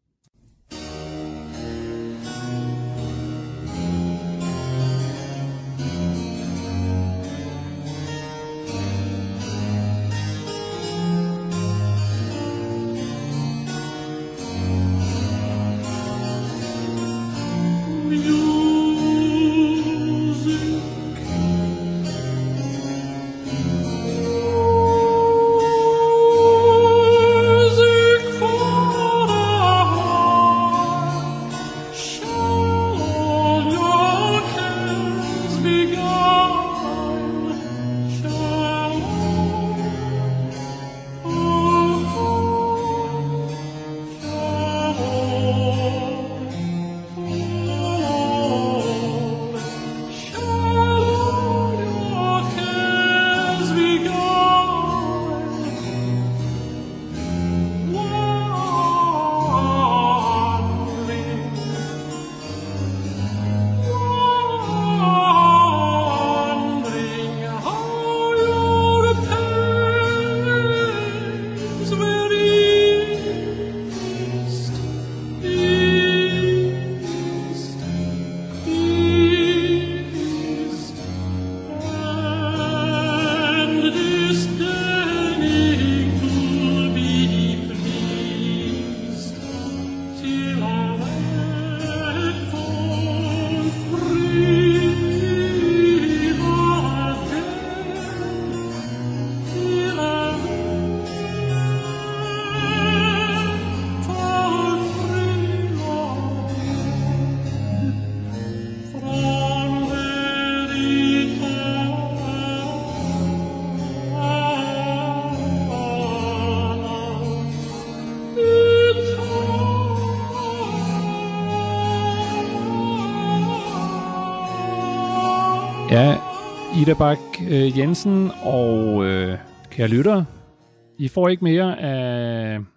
Ja, Ida Bach Jensen og kære lyttere, I får ikke mere af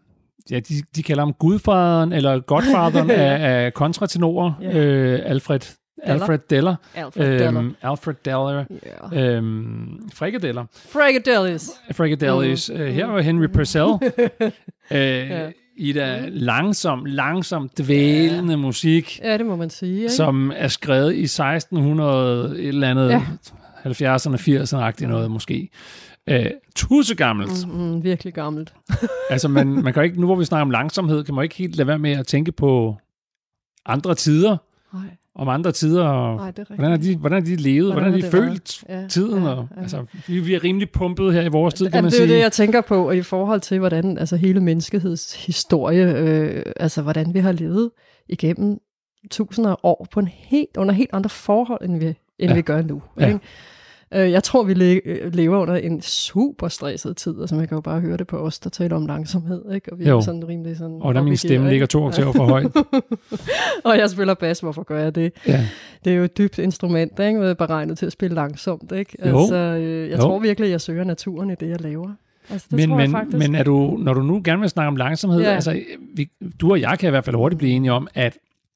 de kalder ham gudfaderen, eller godfaderen af kontratenorer, Alfred Deller. Alfred Deller. Yeah. Frikadellis. Her var Henry Purcell. I der langsom dvælende musik. Ja, det må man sige. Ikke? Som er skrevet i 1600 et eller andet, 70'erne, 80'erne-agtigt noget måske. Tussegammelt. Virkelig gammelt. Altså, man kan ikke, nu hvor vi snakker om langsomhed, kan man ikke helt lade være med at tænke på andre tider. Nej. Om andre tider, og hvordan er de levet, hvordan har de følt tiden. Og, altså, vi er rimelig pumpet her i vores tid, kan man sige. Det er det, jeg tænker på, i forhold til, hvordan altså, hele menneskeheds historie, altså hvordan vi har levet igennem tusinder af år på under helt andre forhold, end vi gør nu. Ja. Ikke? Jeg tror, vi lever under en super stresset tid, altså man kan jo bare høre det på os, der taler om langsomhed, ikke? Og vi er sådan rimelig sådan... Og der min stemme ligger 2 oktaver for højt. Og jeg spiller bas, hvorfor gør jeg det? Ja. Det er jo et dybt instrument, ikke? Det er beregnet til at spille langsomt, ikke? Altså, jeg tror virkelig, at jeg søger naturen i det, jeg laver. Altså, det tror jeg faktisk. Men er du, når du nu gerne vil snakke om langsomhed, altså, du og jeg kan i hvert fald hurtigt blive enige om, at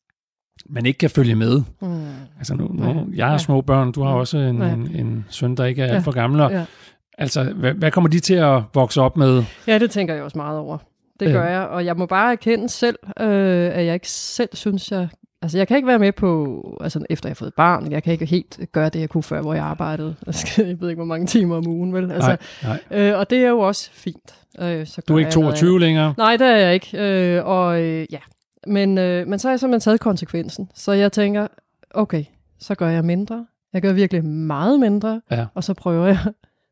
man ikke kan følge med. Altså nu jeg har små børn, du har også en søn, der ikke er alt for gammel. Altså, hvad kommer de til at vokse op med? Ja, det tænker jeg også meget over. Det gør jeg, og jeg må bare erkende selv, at jeg ikke selv synes, jeg kan ikke være med på, altså efter jeg har fået barn, jeg kan ikke helt gøre det, jeg kunne før, hvor jeg arbejdede. Jeg ved ikke, hvor mange timer om ugen, vel? Altså, nej. Og det er jo også fint. Så du er ikke 22 længere? Nej, det er jeg ikke. Men så har jeg simpelthen taget konsekvensen. Så jeg tænker, okay, så gør jeg mindre. Jeg gør virkelig meget mindre, og så prøver jeg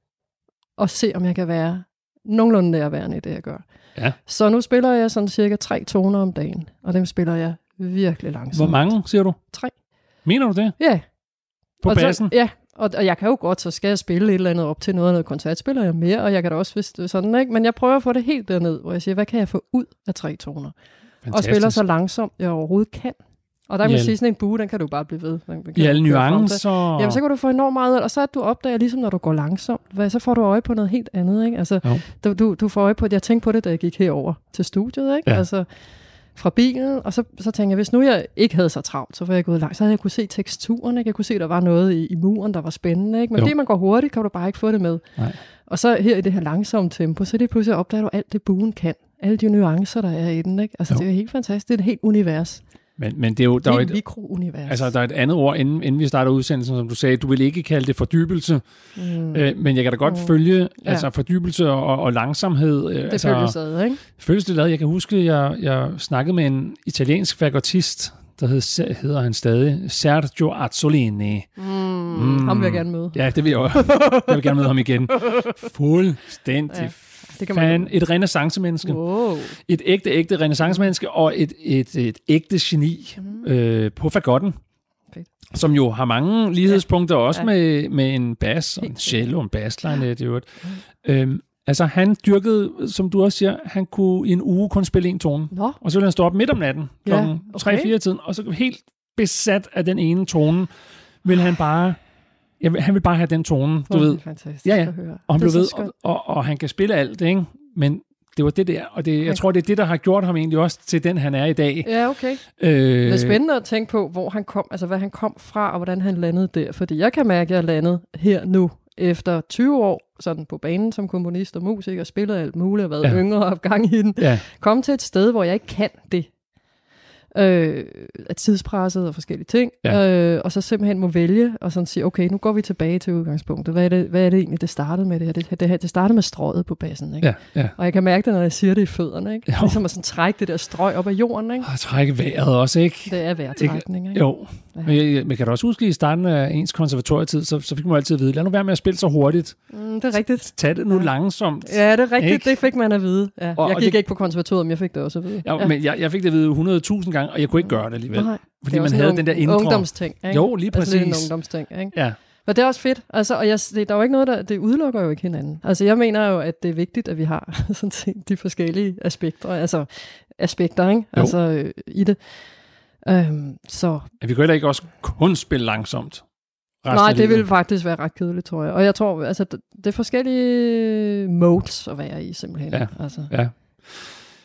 at se, om jeg kan være nogenlunde nærværende i det, jeg gør. Ja. Så nu spiller jeg sådan cirka 3 toner om dagen, og dem spiller jeg virkelig langsomt. Hvor mange, siger du? 3. Mener du det? Ja. På bassen? Ja, og jeg kan jo godt, så skal jeg spille et eller andet op til noget koncert, spiller jeg mere, og jeg kan da også, hvis det er sådan, ikke? Men jeg prøver at få det helt derned, hvor jeg siger, hvad kan jeg få ud af 3 toner? Fantastisk. Og spiller så langsomt, jeg overhovedet kan. Og der kan man sige, sådan en bue, den kan du bare blive ved. I alle nuancer. Jamen, så kan du få enormt meget, og så at du opdager, ligesom når du går langsomt, så får du øje på noget helt andet, ikke? Altså, du får øje på, jeg tænkte på det, da jeg gik herover til studiet, ikke? Ja. Altså, fra bilen, og så tænkte jeg, hvis nu jeg ikke havde så travlt, så var jeg gået langt, så havde jeg kunne se teksturen, ikke? Jeg kunne se, der var noget i muren, der var spændende, ikke? Men fordi man går hurtigt, kan du bare ikke få det med. Nej. Og så her i det her langsomme tempo, så det pludselig opdager du alt det buen kan. Alle de nuancer, der er i den, ikke? Altså, det er helt fantastisk. Det er et helt univers. Men det er jo... Der er et mikrounivers. Altså, der er et andet ord, inden vi starter udsendelsen, som du sagde, du vil ikke kalde det fordybelse, men jeg kan da godt følge altså, fordybelse og langsomhed. Det følges ad, ikke? Følges det ad. Jeg kan huske, jeg snakkede med en italiensk fagotist, der hedder han stadig, Sergio Azzolini. Ham vil jeg gerne møde. Ja, det vil jeg også. Jeg vil gerne møde ham igen. Fuldstændig et renaissancemenneske. Wow. Et ægte renaissancemenneske, og et ægte geni på fagotten. Okay. Som jo har mange lighedspunkter også med en bas, og en cello, en bassline. Altså han dyrkede, som du også siger, han kunne i en uge kun spille 1 tone. Nå. Og så ville han stå op midt om natten, kl. 3-4 tiden, og så helt besat af den ene tone, ville han bare... han vil bare have den tone, du ved. Fantastisk at høre. Og han blev ved, og han kan spille alt, ikke? Men det var det der, og jeg tror, det er det, der har gjort ham egentlig også til den, han er i dag. Ja, okay. Det er spændende at tænke på, hvor han kom, altså hvad han kom fra, og hvordan han landede der. Fordi jeg kan mærke, at jeg er landet her nu, efter 20 år, sådan på banen som komponist og musiker, spillet alt muligt, og været yngre og gang i den. Ja. Kom til et sted, hvor jeg ikke kan det. Af tidspresset og forskellige ting, og så simpelthen må vælge og sådan sige, okay, nu går vi tilbage til udgangspunktet. Hvad er det egentlig, det startede med det her? Det startede med strøget på bassen, ikke? Ja. Og jeg kan mærke det, når jeg siger det i fødderne, ikke? Ligesom at sådan trække det der strøg op af jorden, ikke? Og trække vejret også, ikke? Det er vejrtrækning, ikke? Jo. Ja. Men kan du også huske i starten af ens konservatorietid, så fik man altid at vide, lad nu være med at spille så hurtigt. Det er rigtigt. Tag det nu langsomt. Ja, det er rigtigt. Ikke? Det fik man at vide. Ja. Jeg gik ikke på konservatoriet, men jeg fik det også at vide. Ja. Men jeg fik det at vide 100.000 gange, og jeg kunne ikke gøre det alligevel. Nej. Fordi man havde den der indre... ungdomsting, ikke? Jo, lige præcis. Altså, det er en ungdomsting, ikke? Ja. Men det er også fedt. Altså, og der er jo ikke noget, det udelukker jo ikke hinanden. Altså, jeg mener jo, at det er vigtigt, at vi har sådan set de forskellige aspekter, ikke? Altså, i det. Så... Ja, vi kan heller ikke også kun spille langsomt. Nej, det ville faktisk være ret kedeligt, tror jeg. Og jeg tror, altså, det er forskellige modes at være i, simpelthen. Ja, altså. ja.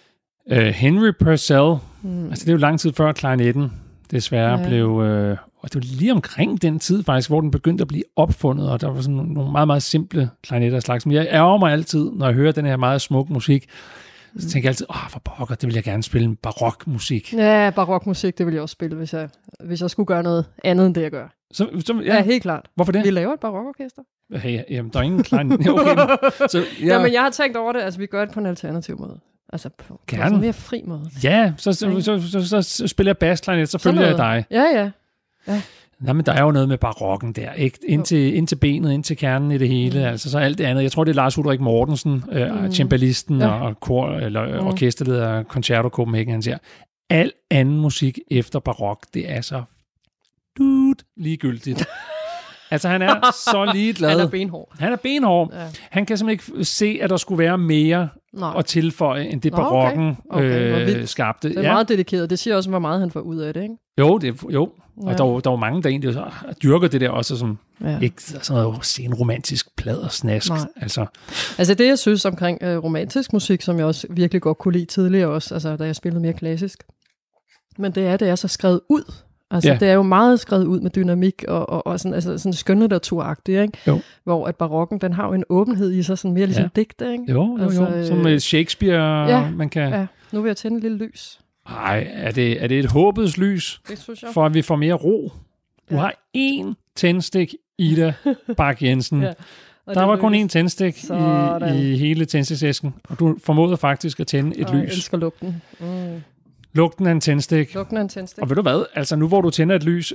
Henry Purcell, altså det er jo lang tid før klarinetten desværre blev... og det var lige omkring den tid faktisk, hvor den begyndte at blive opfundet, og der var sådan nogle meget, meget simple klarinetter slags. Men jeg ærger mig altid, når jeg hører den her meget smuk musik, så tænker jeg altid, for pokker, det vil jeg gerne spille en barokmusik. Ja, barokmusik, det vil jeg også spille, hvis jeg skulle gøre noget andet, end det, jeg gør. Ja, helt klart. Hvorfor det? Vi laver et barokorkester. Hey, jamen, der er ingen klarinet. Okay, men jeg har tænkt over det, altså vi gør det på en alternativ måde. Altså på en mere fri måde. Ja, så spiller jeg bassklarinet, så følger jeg dig. Ja. Nej, men der er jo noget med barokken der, ikke? Ind til benet, ind til kernen i det hele, altså så alt det andet. Jeg tror, det er Lars Ulrik Mortensen, cembalisten og kor, eller orkesterleder Concerto Copenhagen, han siger, al anden musik efter barok, det er så ligegyldigt. Altså, han er så ligeglad. Han er benhård. Ja. Han kan simpelthen ikke se, at der skulle være mere at tilføje, end det barokken skabte. Det er meget dedikeret. Det siger også, hvor meget han får ud af det, ikke? Jo. Ja. Og der var mange, der egentlig dyrker det der også som ikke sådan noget senromantisk pladersnask. Altså det, jeg synes omkring romantisk musik, som jeg også virkelig godt kunne lide tidligere også, altså da jeg spillede mere klassisk, men det er så skrevet ud. Altså, det er jo meget skrevet ud med dynamik og sådan, altså, sådan skønlitteraturagtigt, ikke? Jo. Hvor at barokken, den har jo en åbenhed i sig, sådan mere ligesom digte, ikke? Jo. Som med Shakespeare, man kan... Ja, nu vil jeg tænde et lille lys. Nej, er det et håbets lys, for at vi får mere ro? Du har én tændstik, Ida Bak Jensen. Der var kun én tændstik i hele tændstiksæsken, og du formåede faktisk at tænde et lys. Jeg elsker lugten. Lugten af en tændstik. Og ved du hvad? Altså nu hvor du tænder et lys,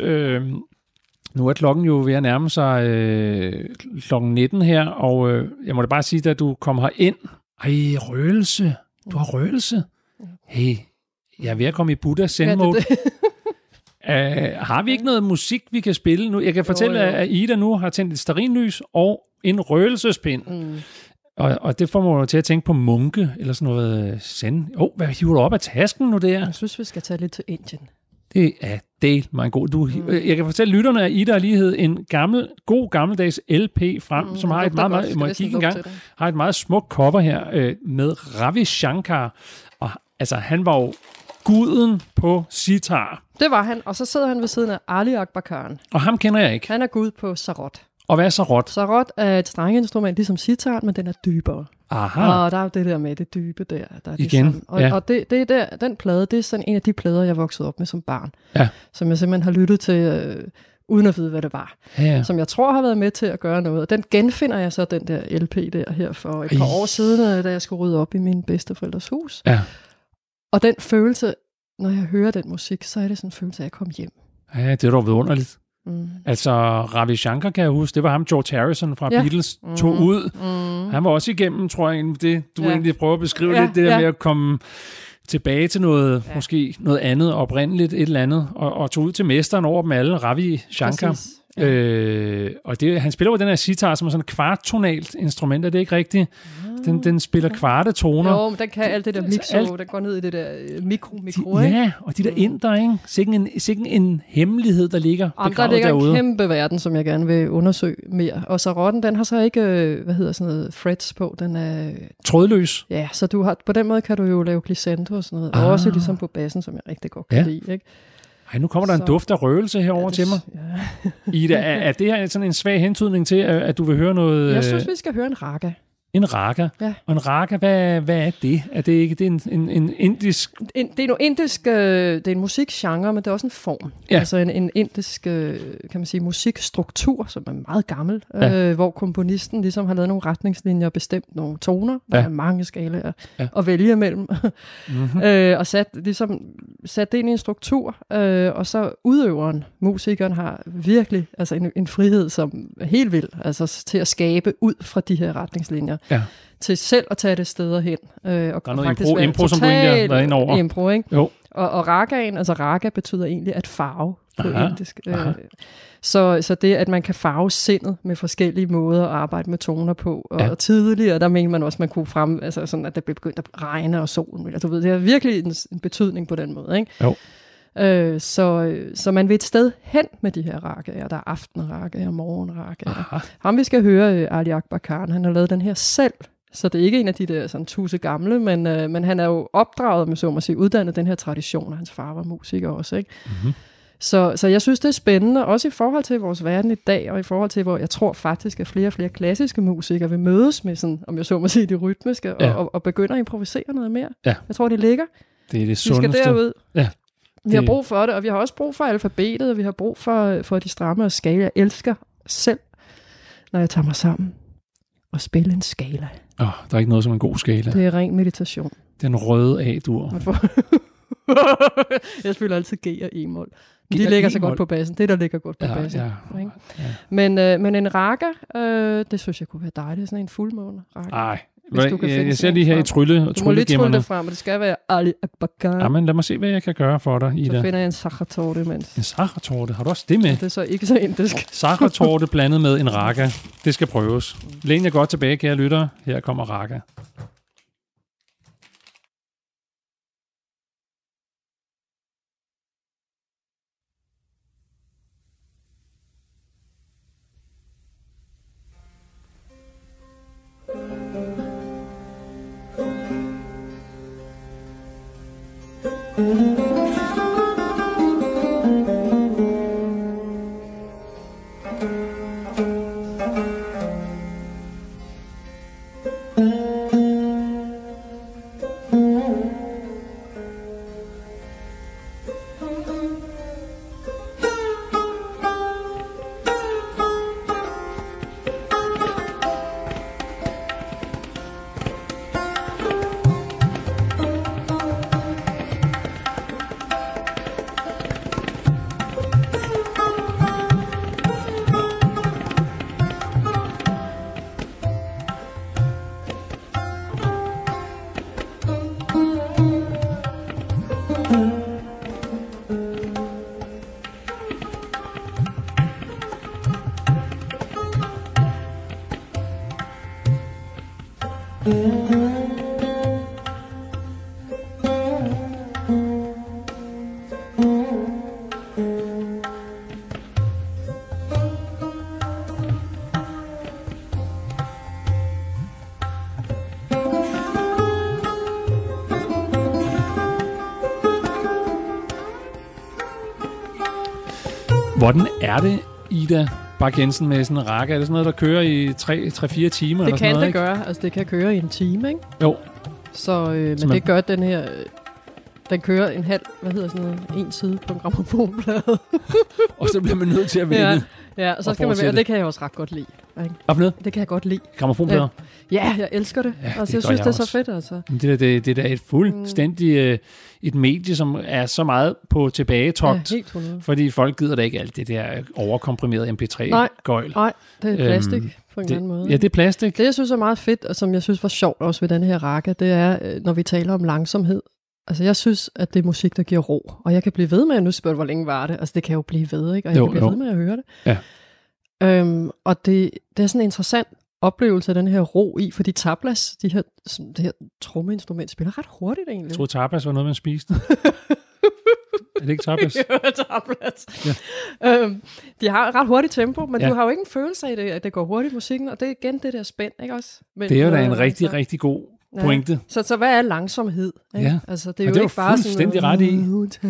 nu er klokken jo ved at nærme sig klokken 19 her, og jeg må da bare sige, at du kommer ind. Røgelse. Du har røgelse. Hey, jeg er ved at komme i Buddha Zen-mode. Har vi ikke noget musik, vi kan spille nu? Jeg kan fortælle, at Ida nu har tændt et stearinlys og en røgelsespind. Og det får mig jo til at tænke på munke, eller sådan noget zen. Hvad hiver du op af tasken nu der? Jeg synes, vi skal tage lidt til Indien. Det er en god. Jeg kan fortælle lytterne, at Ida har lige hed en god gammeldags LP frem, som har et meget, må jeg kigge engang, har et meget smukt cover her med Ravi Shankar. Og altså, han var jo guden på sitar. Det var han, og så sidder han ved siden af Ali Akbar Khan. Og ham kender jeg ikke. Han er gud på sarod. Og hvad er sarod? Sarod er et strengeinstrument, ligesom sitar, men den er dybere. Aha. Og der er jo det der med det dybe der er igen. Ligesom, og det er der, den plade, det er sådan en af de plader, jeg voksede op med som barn. Ja. Som jeg simpelthen har lyttet til, uden at vide, hvad det var. Ja. Som jeg tror har været med til at gøre noget. Og den genfinder jeg så, den der LP der her for et par år siden, da jeg skulle rydde op i min bedsteforældres hus. Ja. Og den følelse, når jeg hører den musik, så er det sådan en følelse af at komme hjem. Ja, det er dog vidunderligt. Altså Ravi Shankar kan jeg huske, det var ham George Harrison fra Beatles tog ud. Han var også igennem, tror jeg, det du egentlig prøver at beskrive lidt, det der med at komme tilbage til noget, måske noget andet, oprindeligt et eller andet, og tog ud til mesteren over dem alle, Ravi Shankar. Og han spiller jo den her sitar, som er sådan et kvarttonalt instrument, er det ikke rigtigt? Den spiller kvarte toner. Jo, men den kan alt det der mixo, den går ned i det der mikro, ikke? Ja, og de der inder, ikke? Sikken en hemmelighed, der ligger begravet derude. Der ligger en kæmpe verden, som jeg gerne vil undersøge mere. Og så rotten, den har så ikke, frets på, den er... Trådløs. Ja, så du har, på den måde kan du jo lave glissando og sådan noget. Og også ligesom på bassen, som jeg rigtig godt kan lide, ikke? Ej, nu kommer der en duft af røgelse herover til mig. Ja. Ida, er det her sådan en svag hentydning til, at du vil høre noget... Jeg synes, vi skal høre en raga. En raga? Ja. Og en raga, hvad er det? Er det ikke en indisk... Det er indisk... det er en musikgenre, men det er også en form. Ja. Altså en indisk, kan man sige, musikstruktur, som er meget gammel, hvor komponisten ligesom har lavet nogle retningslinjer og bestemt nogle toner, der er mange skalaer at vælge imellem. Og sat det ind i en struktur, og så udøveren, musikeren, har virkelig altså en frihed, som er helt vild, altså til at skabe ud fra de her retningslinjer. Ja. Til selv at tage det steder hen. Og der er noget impro som du egentlig er inde over. Impro, ikke? Jo. Og ragaen, altså raga betyder egentlig at farve på indisk. Så det, at man kan farve sindet med forskellige måder at arbejde med toner på. Og tidligere, der mener man også, at man kunne frem, altså sådan, at det blev begyndt at regne og solen. Eller, du ved, det har virkelig en betydning på den måde, ikke? Jo. Så man vil et sted hen med de her ragaer. Der er aftenragaer og morgenragaer. Ham vi skal høre, Ali Akbar Khan, han har lavet den her selv Så det er ikke en af de der sådan tusse gamle, men han er jo opdraget, med så må sige, uddannet den her tradition, og hans far var musiker også, ikke? Mm-hmm. Så jeg synes, det er spændende, også i forhold til vores verden i dag, og i forhold til, hvor jeg tror faktisk, at flere og flere klassiske musikere vil mødes med sådan, om jeg så må sige, det rytmiske, og begynder at improvisere noget mere. Ja. Jeg tror, det ligger. Det er det sundeste. Vi skal derud. Ja. Vi har brug for det, og vi har også brug for alfabetet, og vi har brug for de stramme og skala. Jeg elsker selv, når jeg tager mig sammen og spille en skala. Der er ikke noget som en god skala. Det er ren meditation. Den røde A-dur. Jeg spiller altid G og E-mol. De ligger så godt på bassen. Det, der ligger godt på bassen. Ja. Men en raga, det synes jeg kunne være dejligt. Sådan en fuldmåne raga. Nej, jeg ser lige her i trylle. Du må lige trylle det frem, og det skal være Ali Akbar Khan. Jamen, lad mig se, hvad jeg kan gøre for dig, Ida. Så finder jeg en sakhartorte imens. En sakhartorte? Har du også det med? Det er så ikke så indisk. Sakhartorte blandet med en raga. Det skal prøves. Læn jer godt tilbage, kære lyttere. Her kommer raga. Hvordan er det, Ida Bak Jensen, med sådan en raga? Er det sådan noget, der kører i 3-4 timer? Det eller kan noget, det ikke? gøre. Altså, det kan køre i en time, ikke? Jo. Så, men det gør den her... Den kører en halv, en side på en grammofonplade. Og så bliver man nødt til at vende. Ja, og så skal man være, og det kan jeg også ret godt lide. Ikke? Det kan jeg godt lide. Grammofonplader? Ja, jeg elsker det. Ja, altså, jeg synes, det er så fedt. Altså. Det er et fuldstændig et medie, som er så meget på tilbagetogt. Ja, helt 100. Fordi folk gider da ikke alt det der overkomprimerede MP3-gøjl. Nej, det er plastik på en anden måde. Ja, det er plastik. Det, jeg synes er meget fedt, og som jeg synes var sjovt også ved den her raga, det er, når vi taler om langsomhed. Altså, jeg synes, at det er musik, der giver ro. Og jeg kan blive ved med, at nu spørger hvor længe var det? Altså, det kan jo blive ved, ikke? Og jeg kan blive ved med at høre det. Ja. Og det er sådan en interessant oplevelse af den her ro i, fordi tablas, det her trommeinstrument, spiller ret hurtigt egentlig. Jeg troede, tablas var noget, man spiste. Er det ikke tablas? Jo, tablas. Ja. De har ret hurtigt tempo, men du har jo ikke en følelse af det, at det går hurtigt musikken, og det er igen det der spænd, ikke også? Men, det er jo da en rigtig, rigtig god pointe. Så hvad er langsomhed? Ikke? Ja. Altså, det er jo ikke bare fuldstændig ret i.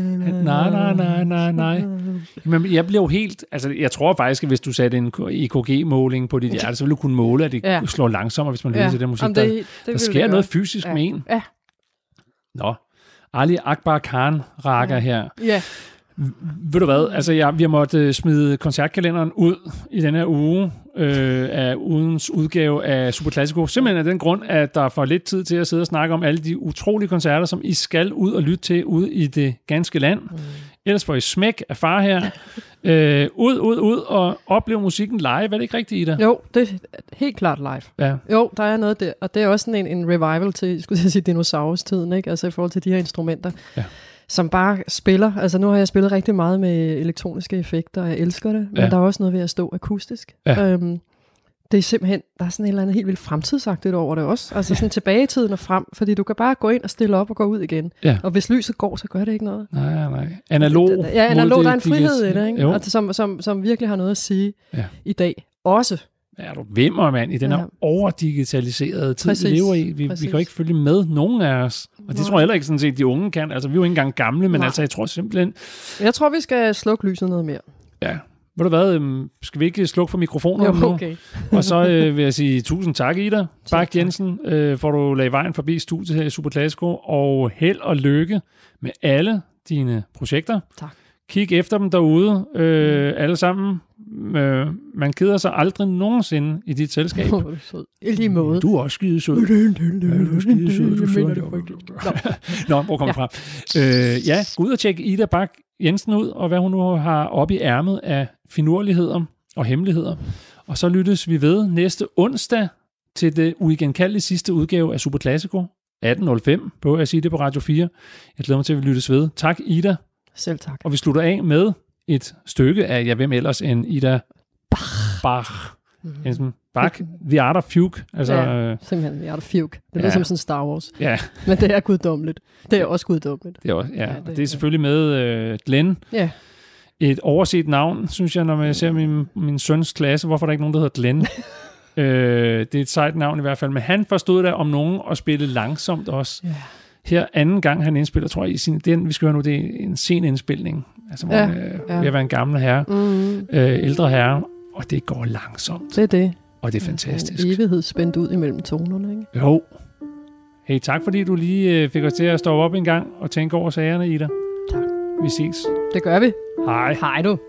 Nej. Men jeg bliver jo helt... Altså, jeg tror faktisk, at hvis du satte en EKG-måling på dit hjerte, så ville du kunne måle, at det slår langsommere, hvis man lytter til den musik. Der sker noget fysisk med en. Ja. Nå. Ali Akbar Khan raga her. Ja. Ved du hvad, altså vi har måttet smide koncertkalenderen ud i denne her uge af ugens udgave af Super Classico. Simpelthen af den grund, at der får lidt tid til at sidde og snakke om alle de utrolige koncerter, som I skal ud og lytte til ude i det ganske land. Ellers får I smæk af far her. Ud og opleve musikken live. Er det ikke rigtigt, Ida? Jo, det er helt klart live. Ja. Jo, der er noget der. Og det er også sådan en revival til, skulle jeg sige, dinosaurustiden, ikke? Altså i forhold til de her instrumenter. Ja. Som bare spiller. Altså nu har jeg spillet rigtig meget med elektroniske effekter, og jeg elsker det. Men der er også noget ved at stå akustisk. Ja. Det er simpelthen, der er sådan et eller andet helt vildt fremtidsagtigt over det også. Altså sådan tilbage i tiden og frem, fordi du kan bare gå ind og stille op og gå ud igen. Ja. Og hvis lyset går, så gør det ikke noget. Nej. Analog. Ja, analog, der er en frihed i det, ikke? Altså, som virkelig har noget at sige i dag. Også. er du vimmer, mand, i den her overdigitaliserede tid, vi lever i. Vi kan jo ikke følge med, nogen af os. Og det tror jeg heller ikke sådan set, de unge kan. Altså, vi er jo ikke engang gamle, men altså, jeg tror simpelthen... Jeg tror, vi skal slukke lyset noget mere. Ja. Ved du hvad, skal vi ikke slukke for mikrofonerne nu? Okay. Og så vil jeg sige tusind tak, Ida Bak Jensen, for at du lagde vejen forbi studiet her i Super Classico, og held og lykke med alle dine projekter. Tak. Kig efter dem derude, alle sammen. Man keder sig aldrig nogensinde i dit selskab. I lige måde. Du er også skide sød. Nå, hvor kommer fra? Gå ud og tjek Ida Bak Jensen ud, og hvad hun nu har oppe i ærmet af finurligheder og hemmeligheder. Og så lyttes vi ved næste onsdag til det uigenkaldelige sidste udgave af Super Classico, 18.05, på at sige det på Radio 4. Jeg glæder mig til, at vi lyttes ved. Tak, Ida. Selv tak. Og vi slutter af med et stykke af, hvem ellers end Ida Bach. Bach, The Art of Fugue. Altså, simpelthen The Art of Fugue. Det er som sådan Star Wars. Ja. Men det er guddommeligt. Det er også guddommeligt. Det er også, det er selvfølgelig med Glenn. Ja. Et overset navn, synes jeg, når jeg ser min søns klasse. Hvorfor er der ikke nogen, der hedder Glenn? Det er et sejt navn i hvert fald. Men han forstod der om nogen at spille langsomt også. Yeah. Her anden gang, han indspiller, tror jeg, vi skal høre nu, det er en sen indspilning. Altså, hvor jeg vil være en gammel herre, ældre herre, og det går langsomt. Det er det. Og det er fantastisk. En evighed spændt ud imellem tonerne, ikke? Jo. Hey, tak fordi du lige fik os til at stå op en gang og tænke over sagerne, Ida. Tak. Vi ses. Det gør vi. Hej. Hej du.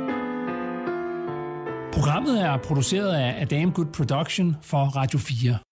Produceret af Damn Good Production for Radio 4.